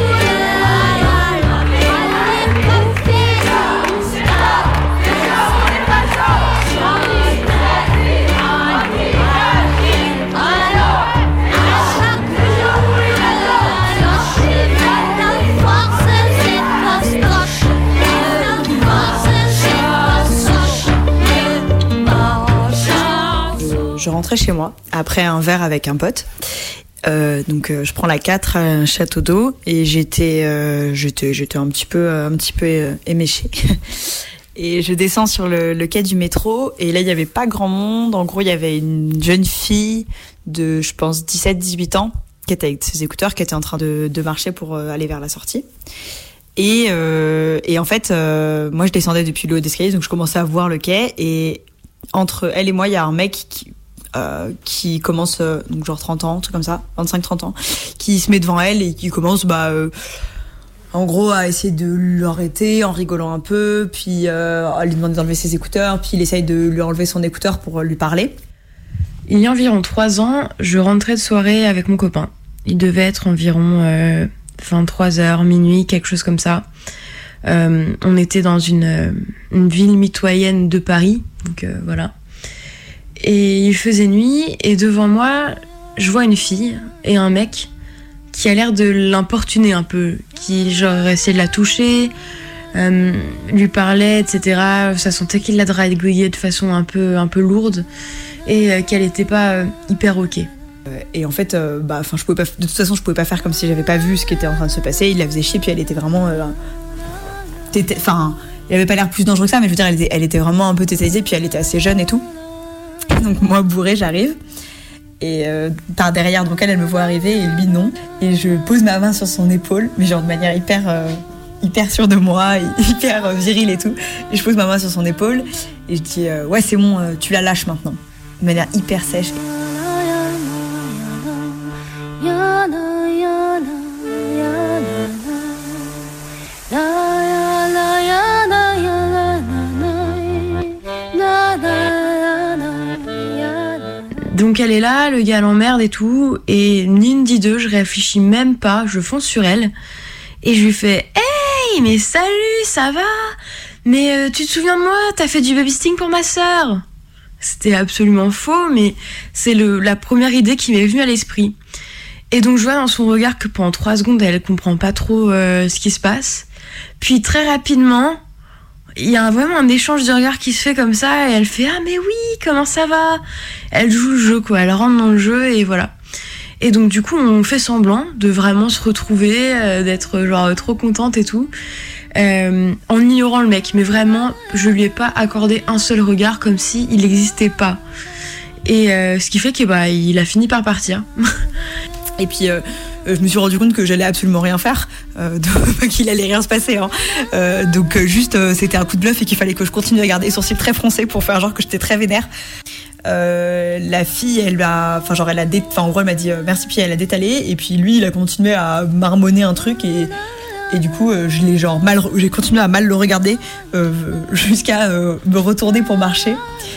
Je rentrais chez moi après un verre avec un pote. Donc je prends la 4 à un château d'eau et j'étais un petit peu éméchée. Et je descends sur le quai du métro et là il y avait pas grand monde. En gros, il y avait une jeune fille de je pense 17-18 ans qui était avec ses écouteurs, qui était en train de marcher pour aller vers la sortie. Et en fait, moi je descendais depuis le haut d'escalier, donc je commençais à voir le quai et entre elle et moi, il y a un mec qui commence, donc genre 30 ans, un truc comme ça, 25-30 ans, qui se met devant elle et qui commence, en gros, à essayer de l'arrêter en rigolant un peu, puis à lui demander d'enlever ses écouteurs, puis il essaye de lui enlever son écouteur pour lui parler. Il y a environ 3 ans, je rentrais de soirée avec mon copain. Il devait être environ 23h, minuit, quelque chose comme ça. On était dans une ville mitoyenne de Paris, donc voilà. Et il faisait nuit, et devant moi, je vois une fille et un mec qui a l'air de l'importuner un peu, qui genre essayait de la toucher, lui parlait, etc. Ça sentait qu'il la draguait de façon un peu lourde et qu'elle était pas hyper ok. Et en fait, je pouvais pas, de toute façon, je pouvais pas faire comme si j'avais pas vu ce qui était en train de se passer. Il la faisait chier, puis elle était vraiment, il avait pas l'air plus dangereux que ça, mais je veux dire, elle était vraiment un peu tétanisée, puis elle était assez jeune et tout. Donc moi, bourrée, j'arrive. Et par derrière, donc elle me voit arriver et lui non. Et je pose ma main sur son épaule, mais genre de manière hyper sûre de moi, hyper virile et tout. Et je pose ma main sur son épaule et je dis ouais c'est bon, tu la lâches maintenant. De manière hyper sèche. Donc elle est là, le gars l'emmerde et tout, et ni une ni deux, je réfléchis même pas, je fonce sur elle, et je lui fais « Hey, mais salut, ça va? Mais tu te souviens de moi? T'as fait du babysitting pour ma sœur ?» C'était absolument faux, mais c'est la première idée qui m'est venue à l'esprit. Et donc je vois dans son regard que pendant 3 secondes, elle comprend pas trop ce qui se passe. Puis très rapidement, il y a vraiment un échange de regards qui se fait comme ça, et elle fait « Ah mais oui, comment ça va ?» Elle joue le jeu, quoi, elle rentre dans le jeu, et voilà. Et donc du coup, on fait semblant de vraiment se retrouver, d'être genre trop contente et tout, en ignorant le mec. Mais vraiment, je lui ai pas accordé un seul regard, comme si il n'existait pas. Et ce qui fait que il a fini par partir. Et puis je me suis rendu compte que j'allais absolument rien faire, qu'il allait rien se passer, hein. Donc juste c'était un coup de bluff et qu'il fallait que je continue à garder les sourcils très froncés pour faire genre que j'étais très vénère. La fille, elle m'a dit merci, puis elle a détalé, et puis lui il a continué à marmonner un truc et du coup j'ai continué à mal le regarder jusqu'à me retourner pour marcher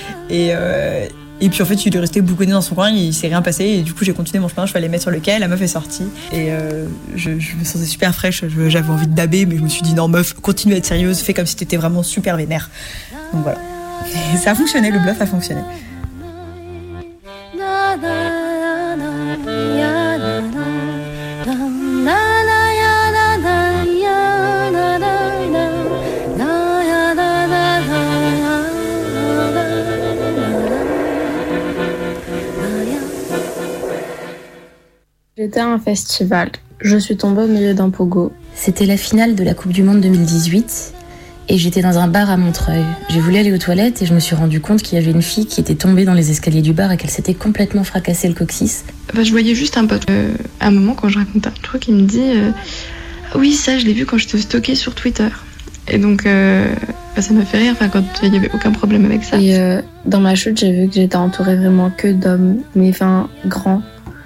et puis en fait il est resté bougonné dans son coin, il s'est rien passé, et du coup j'ai continué mon chemin, je suis allée mettre sur le quai, la meuf est sortie et je me sentais super fraîche, j'avais envie de daber, mais je me suis dit non meuf, continue à être sérieuse, fais comme si t'étais vraiment super vénère. Donc voilà, et ça a fonctionné, le bluff a fonctionné. J'étais à un festival. Je suis tombée au milieu d'un pogo. C'était la finale de la Coupe du Monde 2018 et j'étais dans un bar à Montreuil. J'ai voulu aller aux toilettes et je me suis rendu compte qu'il y avait une fille qui était tombée dans les escaliers du bar et qu'elle s'était complètement fracassé le coccyx. Je voyais juste un pote. À un moment, quand je racontais un truc, il me dit oui, ça, je l'ai vu quand je te stalkais sur Twitter. Et donc, ça m'a fait rire quand il n'y avait aucun problème avec ça. Et dans ma chute, j'ai vu que j'étais entourée vraiment que d'hommes, mais grands.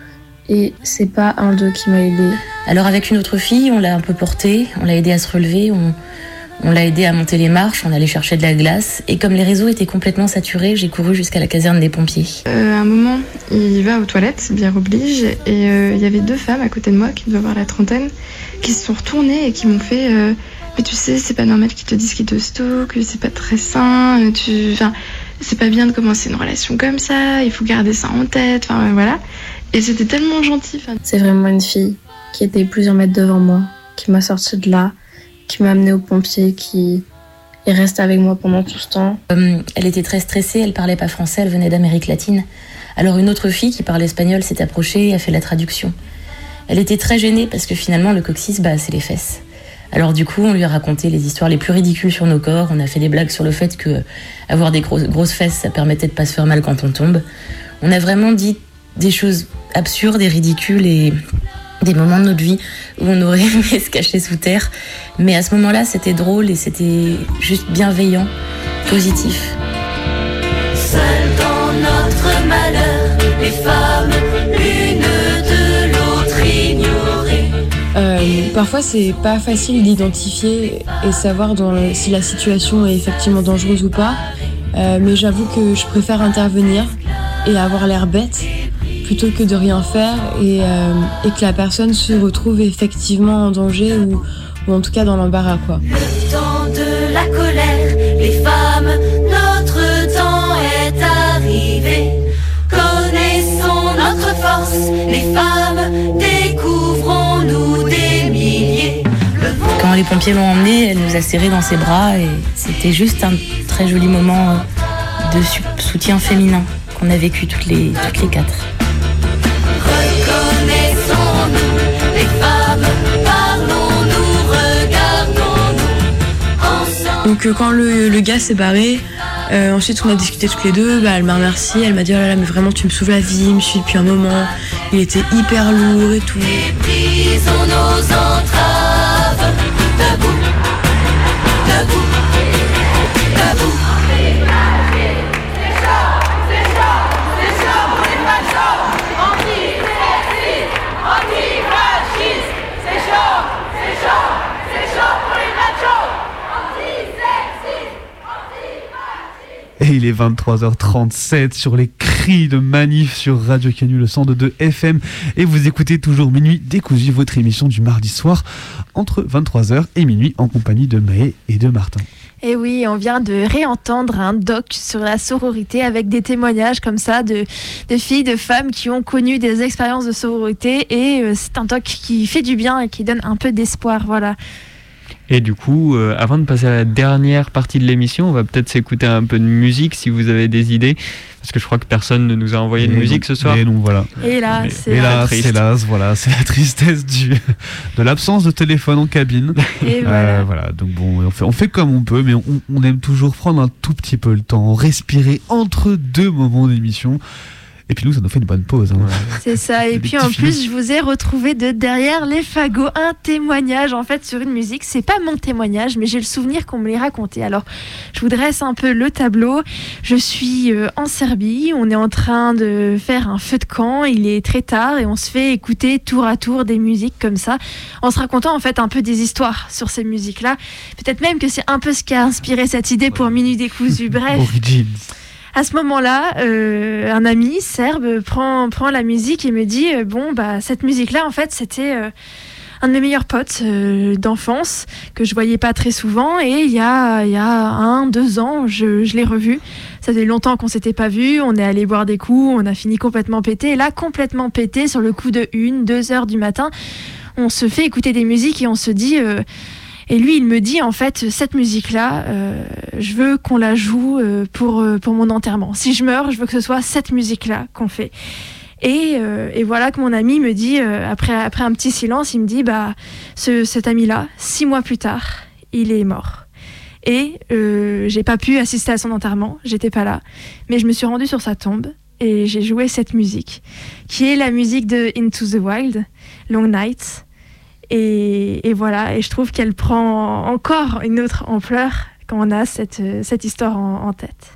Et c'est pas un d'eux qui m'a aidée. Alors avec une autre fille, on l'a un peu portée, on l'a aidée à se relever, on l'a aidée à monter les marches, on allait chercher de la glace. Et comme les réseaux étaient complètement saturés, j'ai couru jusqu'à la caserne des pompiers. À un moment, il va aux toilettes, bière oblige, et il y avait 2 femmes à côté de moi, qui devaient avoir la trentaine, qui se sont retournées et qui m'ont fait mais tu sais, c'est pas normal qu'ils te disent qu'ils te stalkent, c'est pas très sain, c'est pas bien de commencer une relation comme ça, il faut garder ça en tête, voilà. Et c'était tellement gentil. C'est vraiment une fille qui était plusieurs mètres devant moi, qui m'a sortie de là, qui m'a amenée aux pompiers, qui est restée avec moi pendant tout ce temps. Elle était très stressée, elle parlait pas français, elle venait d'Amérique latine. Alors une autre fille qui parlait espagnol s'est approchée et a fait la traduction. Elle était très gênée parce que finalement le coccyx, c'est les fesses. Alors du coup, on lui a raconté les histoires les plus ridicules sur nos corps. On a fait des blagues sur le fait que avoir des grosses fesses, ça permettait de pas se faire mal quand on tombe. On a vraiment dit des choses absurdes et ridicules et des moments de notre vie où on aurait aimé se cacher sous terre. Mais à ce moment-là, c'était drôle et c'était juste bienveillant, positif. Seules dans notre malheur, les femmes, l'une de l'autre ignorées. Parfois, c'est pas facile d'identifier et savoir si la situation est effectivement dangereuse ou pas. Mais j'avoue que je préfère intervenir et avoir l'air bête plutôt que de rien faire et que la personne se retrouve effectivement en danger ou en tout cas dans l'embarras, quoi. Le temps de la colère, les femmes, notre temps est arrivé. Connaissons notre force, les femmes, découvrons-nous des milliers. Quand les pompiers l'ont emmenée, elle nous a serrés dans ses bras et c'était juste un très joli moment de soutien féminin qu'on a vécu toutes les 4. Reconnaissons-nous, les femmes, parlons-nous, regardons-nous ensemble. Donc quand le gars s'est barré, ensuite on a discuté toutes les deux, elle m'a remercié, elle m'a dit oh là là mais vraiment tu me sauves la vie, il me suit depuis un moment, il était hyper lourd et tout. Brisons nos entraves, debout, debout, debout. Et il est 23h37 sur les cris de manif sur Radio Canu, le 102.2 FM. Et vous écoutez toujours Minuit Décousu, votre émission du mardi soir entre 23h et minuit en compagnie de Maë et de Martin. Et oui, on vient de réentendre un doc sur la sororité avec des témoignages comme ça de filles, de femmes qui ont connu des expériences de sororité. Et c'est un doc qui fait du bien et qui donne un peu d'espoir, voilà. Et du coup, avant de passer à la dernière partie de l'émission, on va peut-être s'écouter un peu de musique si vous avez des idées. Parce que je crois que personne ne nous a envoyé de musique ce soir. Et non, voilà. Hélas, hélas, voilà, c'est la tristesse de l'absence de téléphone en cabine. Et voilà, donc bon, on fait comme on peut, mais on aime toujours prendre un tout petit peu le temps, respirer entre 2 moments d'émission. Et puis nous, ça nous fait une bonne pause. Hein. C'est ça. Et puis en plus, je vous ai retrouvé de derrière les fagots un témoignage en fait sur une musique. C'est pas mon témoignage, mais j'ai le souvenir qu'on me l'ait raconté. Alors, je vous dresse un peu le tableau. Je suis en Serbie. On est en train de faire un feu de camp. Il est très tard et on se fait écouter tour à tour des musiques comme ça, en se racontant en fait un peu des histoires sur ces musiques-là. Peut-être même que c'est un peu ce qui a inspiré cette idée pour Minuit Décousu. Bref. Origins. À ce moment-là, un ami serbe prend la musique et me dit cette musique-là, en fait, c'était un de mes meilleurs potes d'enfance que je voyais pas très souvent. Et il y a 1-2 ans, je l'ai revu. Ça faisait longtemps qu'on s'était pas vu. On est allé boire des coups, on a fini complètement pété. Et là, complètement pété, sur le coup de 1-2 heures du matin, on se fait écouter des musiques et on se dit... Et lui, il me dit, en fait, cette musique-là, je veux qu'on la joue pour mon enterrement. Si je meurs, je veux que ce soit cette musique-là qu'on fait. Et voilà que mon ami me dit, après un petit silence, il me dit, cet ami-là, 6 mois plus tard, il est mort. Et j'ai pas pu assister à son enterrement, j'étais pas là, mais je me suis rendue sur sa tombe et j'ai joué cette musique, qui est la musique de Into the Wild, Long Nights. Et voilà, et je trouve qu'elle prend encore une autre ampleur quand on a cette histoire en tête.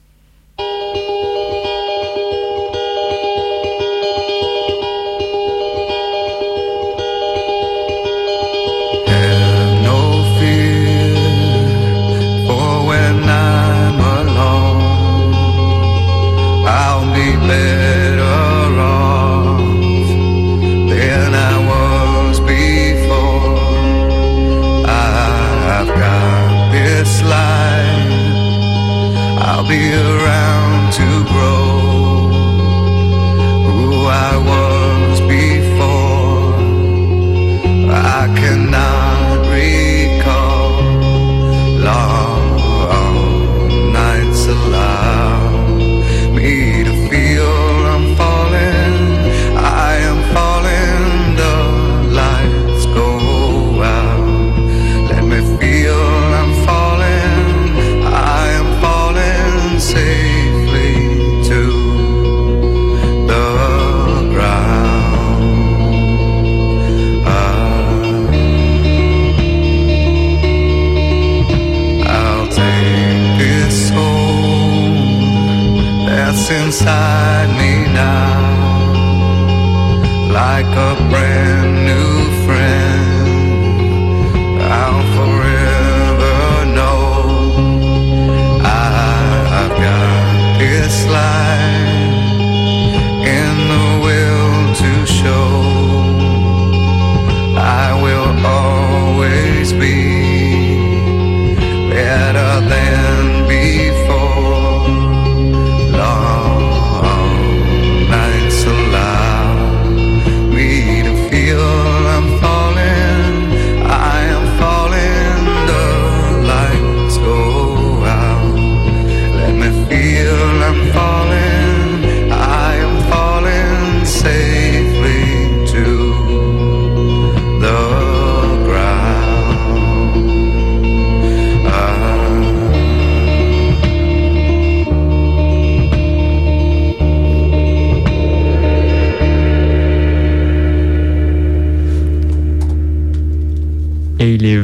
I'll be around to grow who I was before. I cannot recall long nights allow me to feel I'm falling. I am falling, the lights go out. Let me feel I'm falling. I am falling safely to the ground. I'll take this home that's inside me now, like a brand new friend. I'll forever know I've got this light in the will to show. I will always be better than before. Long nights allow me to feel I'm falling. I am falling, the lights go out. Let me feel I'm falling. I am falling safely to the ground. Et il est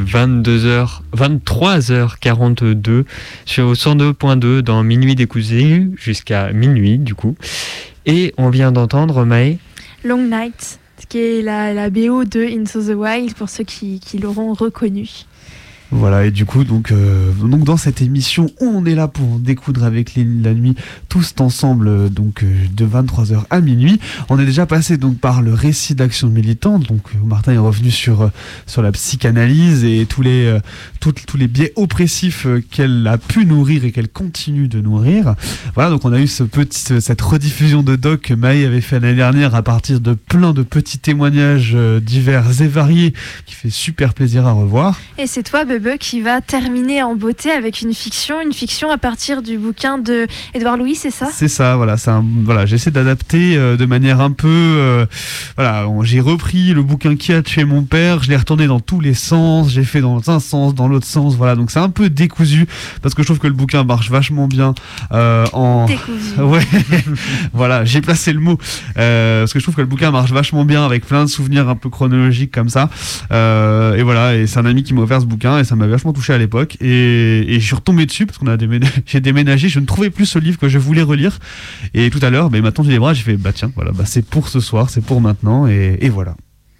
23h42 sur 102.2 dans Minuit décousu jusqu'à minuit du coup. Et on vient d'entendre Maë. Long Night, qui est la BO de Into the Wild pour ceux qui l'auront reconnu. Voilà, et du coup, donc dans cette émission, on est là pour découdre avec la nuit, tous ensemble, de 23h à minuit. On est déjà passé donc par le récit d'action militante, donc Martin est revenu sur la psychanalyse et tous les biais oppressifs qu'elle a pu nourrir et qu'elle continue de nourrir. Voilà, donc on a eu cette rediffusion de doc que Maë avait fait l'année dernière à partir de plein de petits témoignages divers et variés, qui fait super plaisir à revoir. Et c'est toi, Bebe, qui va terminer en beauté avec une fiction à partir du bouquin de Édouard Louis, c'est ça ? C'est ça, voilà. J'essaie d'adapter de manière un peu... j'ai repris le bouquin Qui a tué mon père, je l'ai retourné dans tous les sens, j'ai fait dans un sens, dans l'autre sens, voilà. Donc c'est un peu décousu, parce que je trouve que le bouquin marche vachement bien décousu. Ouais, voilà, j'ai placé le mot. Parce que je trouve que le bouquin marche vachement bien avec plein de souvenirs un peu chronologiques comme ça. Et voilà, et c'est un ami qui m'a offert ce bouquin et ça m'a vachement touché à l'époque. Et je suis retombé dessus parce j'ai déménagé, je ne trouvais plus ce livre que je voulais relire. Et tout à l'heure, il m'a tendu les bras, j'ai fait tiens, voilà, c'est pour ce soir, c'est pour maintenant, et voilà.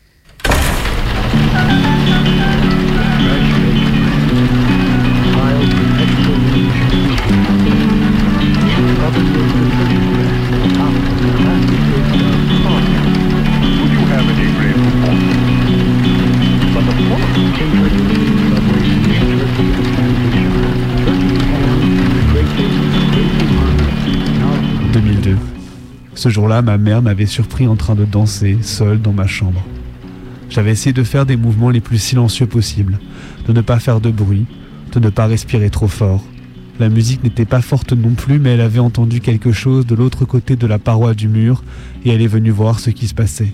Ce jour-là, ma mère m'avait surpris en train de danser, seule dans ma chambre. J'avais essayé de faire des mouvements les plus silencieux possibles, de ne pas faire de bruit, de ne pas respirer trop fort, La musique n'était pas forte non plus, mais elle avait entendu quelque chose de l'autre côté de la paroi du mur et elle est venue voir ce qui se passait.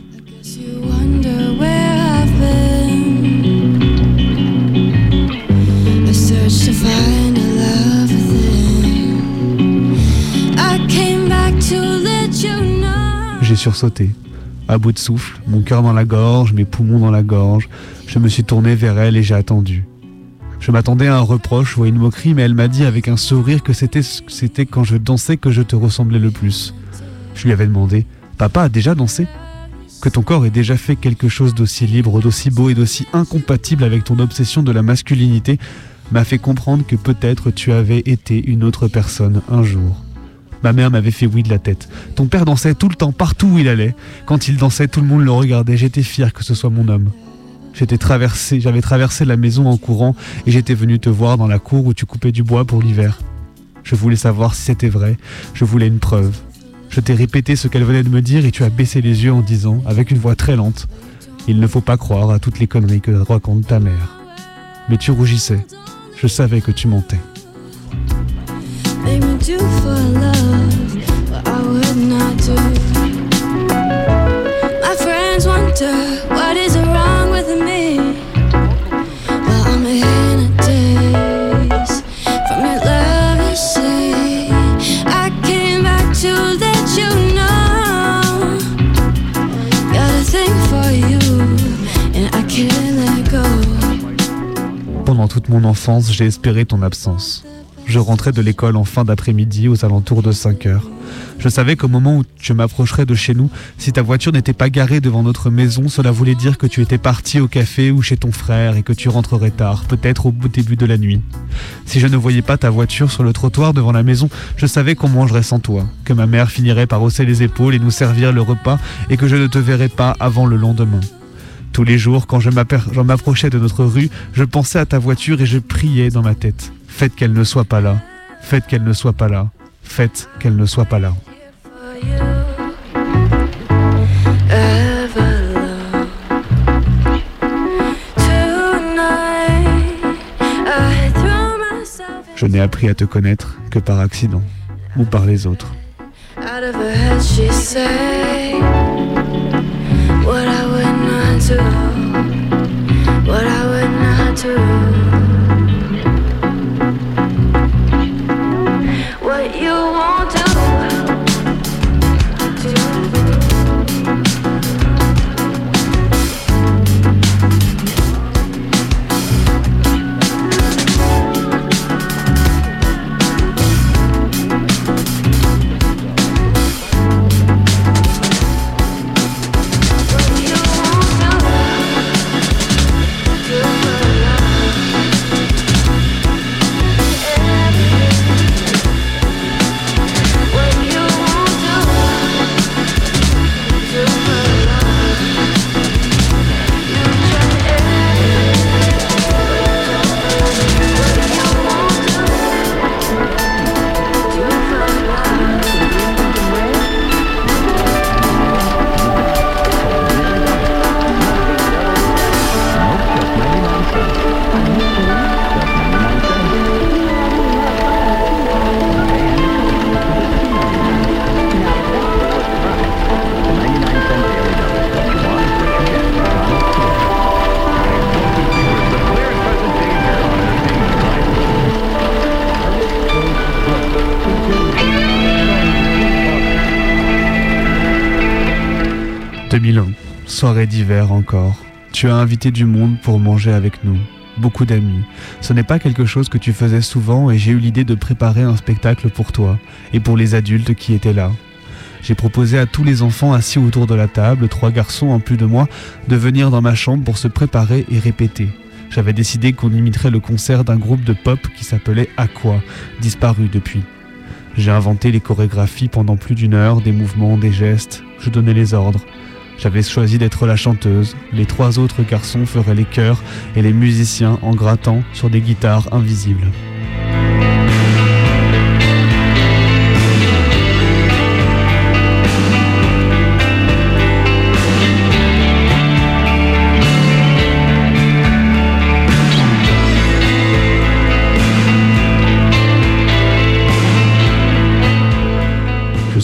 J'ai sursauté, à bout de souffle, mon cœur dans la gorge, mes poumons dans la gorge. Je me suis tourné vers elle et j'ai attendu. Je m'attendais à un reproche ou à une moquerie, mais elle m'a dit avec un sourire que c'était quand je dansais que je te ressemblais le plus. Je lui avais demandé « Papa a déjà dansé ?» Que ton corps ait déjà fait quelque chose d'aussi libre, d'aussi beau et d'aussi incompatible avec ton obsession de la masculinité m'a fait comprendre que peut-être tu avais été une autre personne un jour. Ma mère m'avait fait oui de la tête. Ton père dansait tout le temps, partout où il allait. Quand il dansait, tout le monde le regardait. J'étais fier que ce soit mon homme. J'avais traversé la maison en courant et j'étais venu te voir dans la cour où tu coupais du bois pour l'hiver. Je voulais savoir si c'était vrai. Je voulais une preuve. Je t'ai répété ce qu'elle venait de me dire et tu as baissé les yeux en disant, avec une voix très lente, « Il ne faut pas croire à toutes les conneries que raconte ta mère. » Mais tu rougissais. Je savais que tu mentais. What is wrong with me? Well, I'm in a daze from your love, you see. I came back to let you know. Got a thing for you, and I can't let go. Pendant toute mon enfance, j'ai espéré ton absence. Je rentrais de l'école en fin d'après-midi aux alentours de 5 heures. Je savais qu'au moment où je m'approcherais de chez nous, si ta voiture n'était pas garée devant notre maison, cela voulait dire que tu étais parti au café ou chez ton frère et que tu rentrerais tard, peut-être au début de la nuit. Si je ne voyais pas ta voiture sur le trottoir devant la maison, je savais qu'on mangerait sans toi, que ma mère finirait par hausser les épaules et nous servir le repas et que je ne te verrais pas avant le lendemain. Tous les jours, quand je m'approchais de notre rue, je pensais à ta voiture et je priais dans ma tête. Faites qu'elle ne soit pas là. Faites qu'elle ne soit pas là. Faites qu'elle ne soit pas là. Je n'ai appris à te connaître que par accident ou par les autres. What you won't do. Soirée d'hiver encore. Tu as invité du monde pour manger avec nous. Beaucoup d'amis. Ce n'est pas quelque chose que tu faisais souvent et j'ai eu l'idée de préparer un spectacle pour toi et pour les adultes qui étaient là. J'ai proposé à tous les enfants assis autour de la table, 3 garçons en plus de moi, de venir dans ma chambre pour se préparer et répéter. J'avais décidé qu'on imiterait le concert d'un groupe de pop qui s'appelait Aqua, disparu depuis. J'ai inventé les chorégraphies pendant plus d'1 heure, des mouvements, des gestes. Je donnais les ordres. J'avais choisi d'être la chanteuse, les 3 autres garçons feraient les chœurs et les musiciens en grattant sur des guitares invisibles.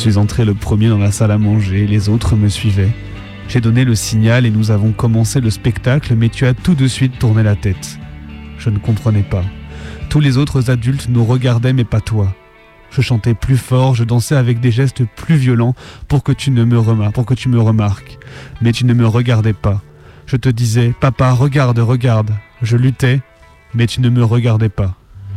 suis entré le premier dans la salle à manger, les autres me suivaient. J'ai donné le signal et nous avons commencé le spectacle, mais tu as tout de suite tourné la tête. Je ne comprenais pas. Tous les autres adultes nous regardaient, mais pas toi. Je chantais plus fort, je dansais avec des gestes plus violents pour que tu me remarques. Mais tu ne me regardais pas. Je te disais, papa, regarde, regarde. Je luttais, mais tu ne me regardais pas.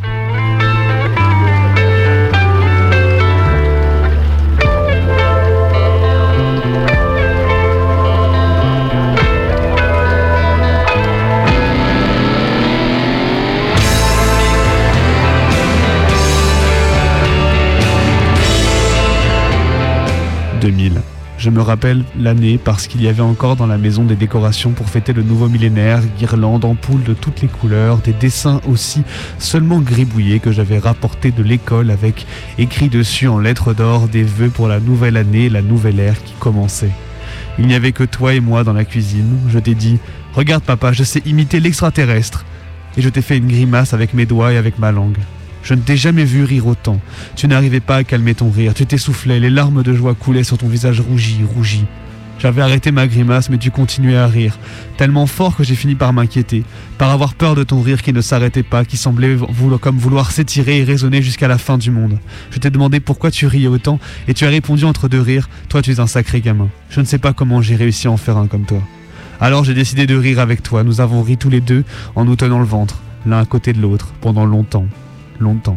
Je me rappelle l'année parce qu'il y avait encore dans la maison des décorations pour fêter le nouveau millénaire, guirlandes, ampoules de toutes les couleurs, des dessins aussi seulement gribouillés que j'avais rapportés de l'école avec écrit dessus en lettres d'or des vœux pour la nouvelle année, la nouvelle ère qui commençait. Il n'y avait que toi et moi dans la cuisine. Je t'ai dit « Regarde papa, je sais imiter l'extraterrestre » et je t'ai fait une grimace avec mes doigts et avec ma langue. Je ne t'ai jamais vu rire autant. Tu n'arrivais pas à calmer ton rire. Tu t'essoufflais, les larmes de joie coulaient sur ton visage rougi. J'avais arrêté ma grimace, mais tu continuais à rire. Tellement fort que j'ai fini par m'inquiéter, par avoir peur de ton rire qui ne s'arrêtait pas, qui semblait comme vouloir s'étirer et résonner jusqu'à la fin du monde. Je t'ai demandé pourquoi tu riais autant, et tu as répondu entre deux rires, « Toi, tu es un sacré gamin. » Je ne sais pas comment j'ai réussi à en faire un comme toi. Alors j'ai décidé de rire avec toi. Nous avons ri tous les deux en nous tenant le ventre, l'un à côté de l'autre, pendant longtemps. Longtemps.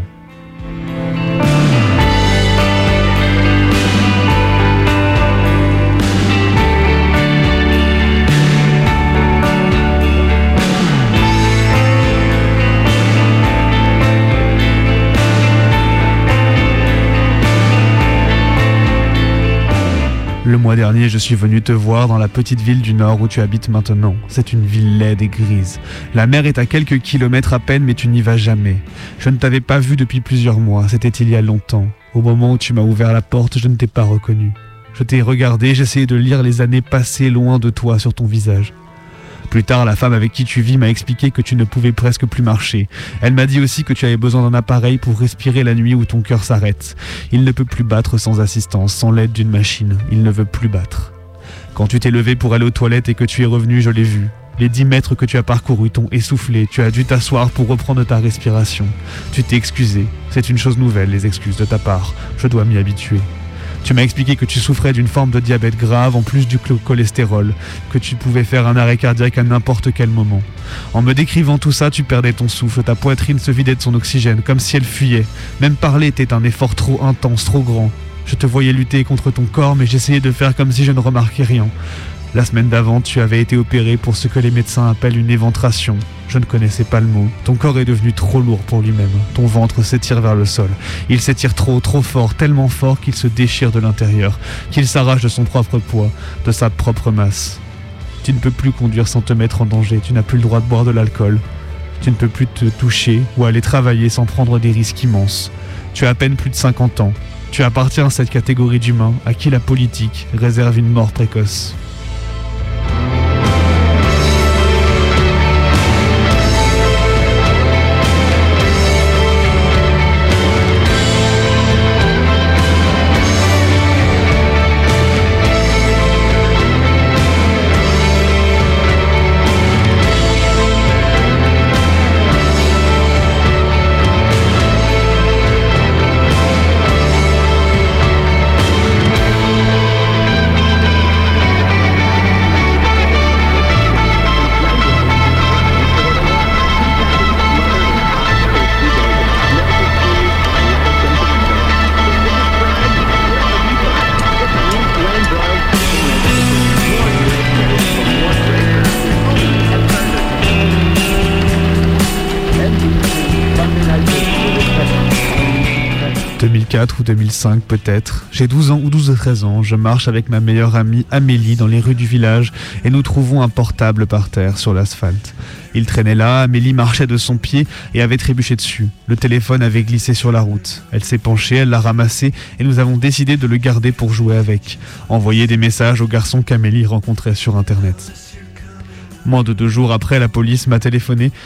Le mois dernier, je suis venu te voir dans la petite ville du Nord où tu habites maintenant. C'est une ville laide et grise. La mer est à quelques kilomètres à peine, mais tu n'y vas jamais. Je ne t'avais pas vu depuis plusieurs mois, c'était il y a longtemps. Au moment où tu m'as ouvert la porte, je ne t'ai pas reconnu. Je t'ai regardé, j'essayais de lire les années passées loin de toi sur ton visage. Plus tard, la femme avec qui tu vis m'a expliqué que tu ne pouvais presque plus marcher. Elle m'a dit aussi que tu avais besoin d'un appareil pour respirer la nuit où ton cœur s'arrête. Il ne peut plus battre sans assistance, sans l'aide d'une machine. Il ne veut plus battre. Quand tu t'es levé pour aller aux toilettes et que tu es revenu, je l'ai vu. Les 10 mètres que tu as parcourus t'ont essoufflé. Tu as dû t'asseoir pour reprendre ta respiration. Tu t'es excusé. C'est une chose nouvelle, les excuses de ta part. Je dois m'y habituer. Tu m'as expliqué que tu souffrais d'une forme de diabète grave en plus du cholestérol, que tu pouvais faire un arrêt cardiaque à n'importe quel moment. En me décrivant tout ça, tu perdais ton souffle, ta poitrine se vidait de son oxygène, comme si elle fuyait. Même parler était un effort trop intense, trop grand. Je te voyais lutter contre ton corps, mais j'essayais de faire comme si je ne remarquais rien. La semaine d'avant, tu avais été opéré pour ce que les médecins appellent une éventration. Je ne connaissais pas le mot. Ton corps est devenu trop lourd pour lui-même. Ton ventre s'étire vers le sol. Il s'étire trop fort, tellement fort qu'il se déchire de l'intérieur, qu'il s'arrache de son propre poids, de sa propre masse. Tu ne peux plus conduire sans te mettre en danger. Tu n'as plus le droit de boire de l'alcool. Tu ne peux plus te toucher ou aller travailler sans prendre des risques immenses. Tu as à peine plus de 50 ans. Tu appartiens à cette catégorie d'humains à qui la politique réserve une mort précoce. Ou 2005 peut-être. J'ai 12 ans ou 12 ou 13 ans. Je marche avec ma meilleure amie Amélie dans les rues du village et nous trouvons un portable par terre sur l'asphalte. Il traînait là, Amélie marchait de son pied et avait trébuché dessus. Le téléphone avait glissé sur la route. Elle s'est penchée, elle l'a ramassé et nous avons décidé de le garder pour jouer avec. Envoyer des messages aux garçons qu'Amélie rencontrait sur internet. Moins de 2 jours après, la police m'a téléphoné.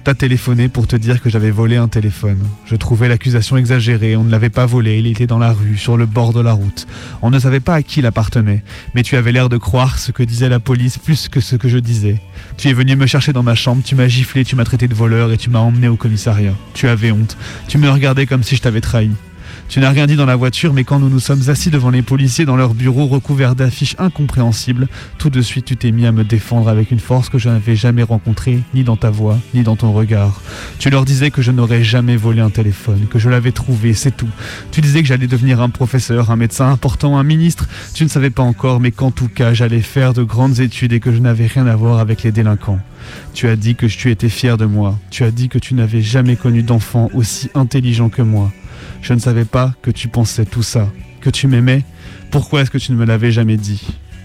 t'as téléphoné pour te dire que j'avais volé un téléphone. Je trouvais l'accusation exagérée, on ne l'avait pas volé, il était dans la rue, sur le bord de la route. On ne savait pas à qui il appartenait, mais tu avais l'air de croire ce que disait la police plus que ce que je disais. Tu es venu me chercher dans ma chambre, tu m'as giflé, tu m'as traité de voleur et tu m'as emmené au commissariat. Tu avais honte, tu me regardais comme si je t'avais trahi. Tu n'as rien dit dans la voiture, mais quand nous nous sommes assis devant les policiers dans leur bureau recouvert d'affiches incompréhensibles, tout de suite tu t'es mis à me défendre avec une force que je n'avais jamais rencontrée, ni dans ta voix, ni dans ton regard. Tu leur disais que je n'aurais jamais volé un téléphone, que je l'avais trouvé, c'est tout. Tu disais que j'allais devenir un professeur, un médecin important, un ministre. Tu ne savais pas encore, mais qu'en tout cas j'allais faire de grandes études et que je n'avais rien à voir avec les délinquants. Tu as dit que tu étais fier de moi. Tu as dit que tu n'avais jamais connu d'enfant aussi intelligent que moi. Je ne savais pas que tu pensais tout ça, que tu m'aimais. Pourquoi est-ce que tu ne me l'avais jamais dit?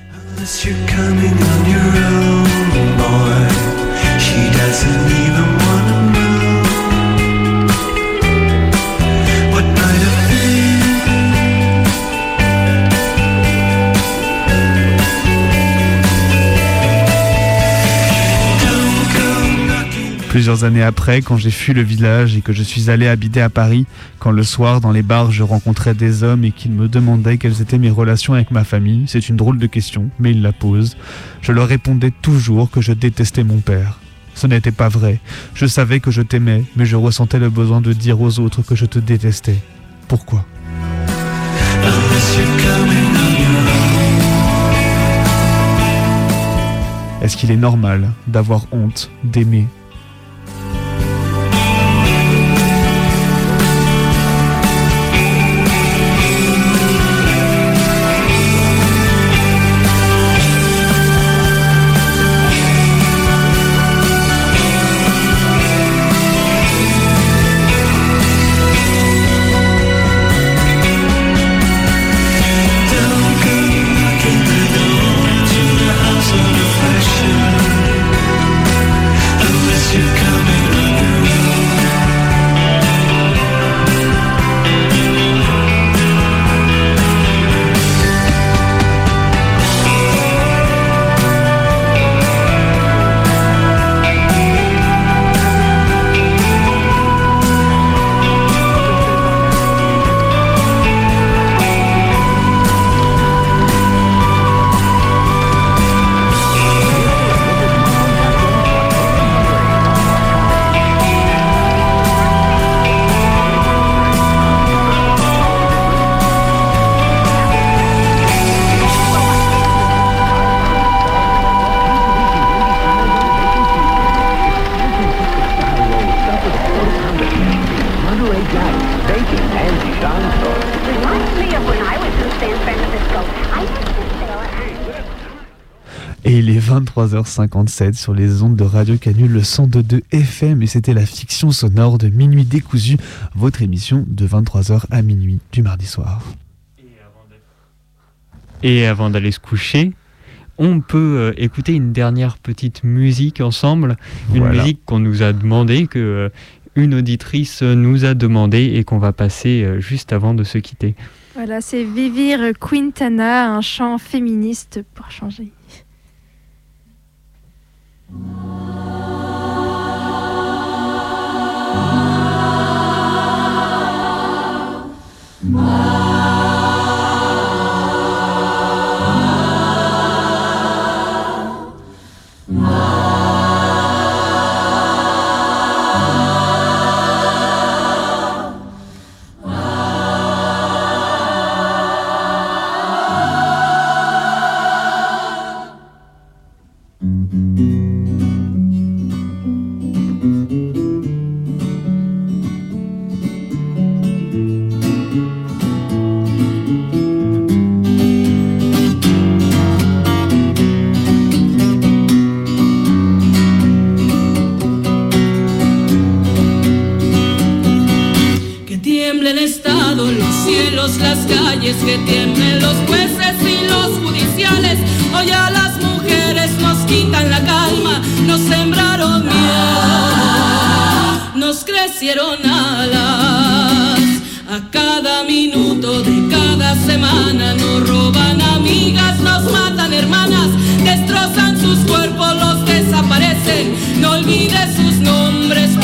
Plusieurs années après, quand j'ai fui le village et que je suis allé habiter à Paris, quand le soir, dans les bars, je rencontrais des hommes et qu'ils me demandaient quelles étaient mes relations avec ma famille, c'est une drôle de question, mais ils la posent, je leur répondais toujours que je détestais mon père. Ce n'était pas vrai. Je savais que je t'aimais, mais je ressentais le besoin de dire aux autres que je te détestais. Pourquoi ? Est-ce qu'il est normal d'avoir honte d'aimer ? Et il est 23h57 sur les ondes de Radio Canu, le 102.2 FM, et c'était la fiction sonore de Minuit décousu, votre émission de 23h à minuit du mardi soir. Et avant d'aller se coucher, on peut écouter une dernière petite musique ensemble, une musique qu'on nous a demandé, que une auditrice nous a demandé et qu'on va passer juste avant de se quitter. Voilà, c'est Vivir Quintana, un chant féministe pour changer. Que tiemblen los jueces y los judiciales. Hoy a las mujeres nos quitan la calma, nos sembraron miedo, nos crecieron alas. A cada minuto de cada semana nos roban amigas, nos matan hermanas, destrozan sus cuerpos, los desaparecen. No olvides sus nombres.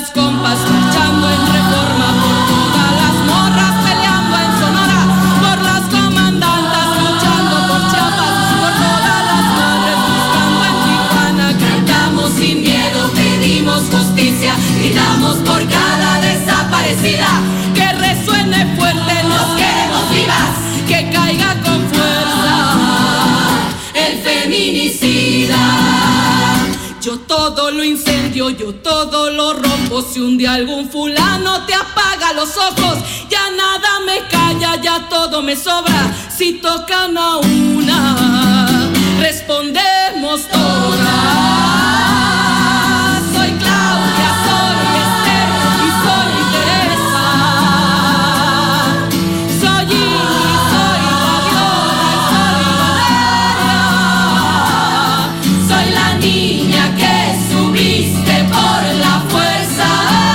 las compas marchando en reforma, por todas las morras peleando en Sonora, por las comandantas luchando por Chiapas, por todas las madres buscando en Tijuana. Cantamos sin miedo, pedimos justicia, gritamos por cada desaparecida. Que resuene fuerte, nos queremos vivas, que caiga con fuerza el feminicida. Yo todo lo incendio, yo todo lo rompo. Si un día algún fulano te apaga los ojos, ya nada me calla, ya todo me sobra. Si tocan a una, respondemos todas. Soy Claudia, soy Esther y soy Teresa. Soy Ingrid, soy Fabiola y soy Valeria. Soy la niña que subiste por la fuerza.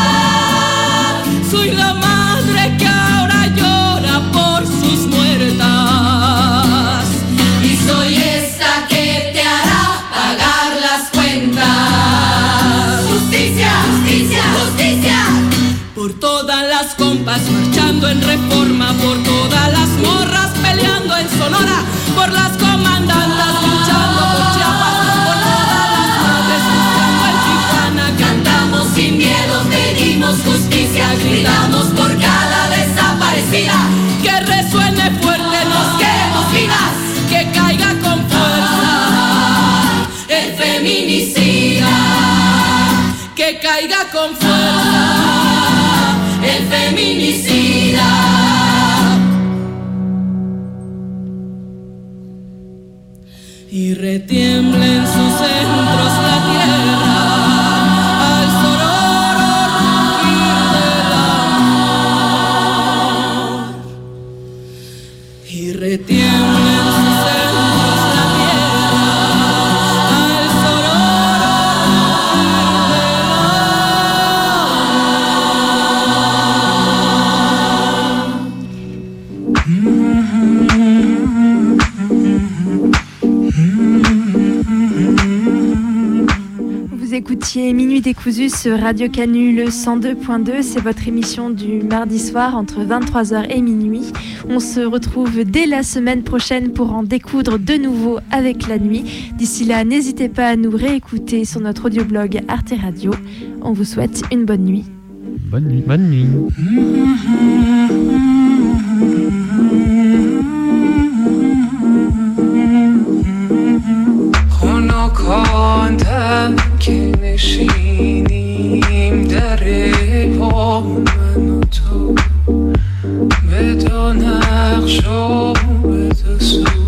Soy la madre que ahora llora por sus muertas. Y soy esa que te hará pagar las cuentas. Justicia, justicia, justicia. Por todas las compas marchando en reforma, por todas las morras peleando en Sonora, por las comandantas luchando por Chiapas, por todas las madres buscando en Tijuana. Cantamos sin miedo, pedimos justicia, gritamos por cada desaparecida. Que resuene fuerte, nos queremos vivas, que caiga con fuerza el feminicida. Que caiga con fuerza el feminicida. Y retiembla en sus centros la tierra al sonoro rugir del amor. Y retiembla en sus centros la tierra al sonoro Vous écoutiez Minuit décousu sur Radio Canu le 102.2, c'est votre émission du mardi soir entre 23h et minuit. On se retrouve dès la semaine prochaine pour en découdre de nouveau avec la nuit. D'ici là, n'hésitez pas à nous réécouter sur notre audioblog Arte Radio. On vous souhaite une bonne nuit. Bonne nuit. Bonne nuit. خنکاندم که نشینیم در پا من و تو به دو نقش و به دو سو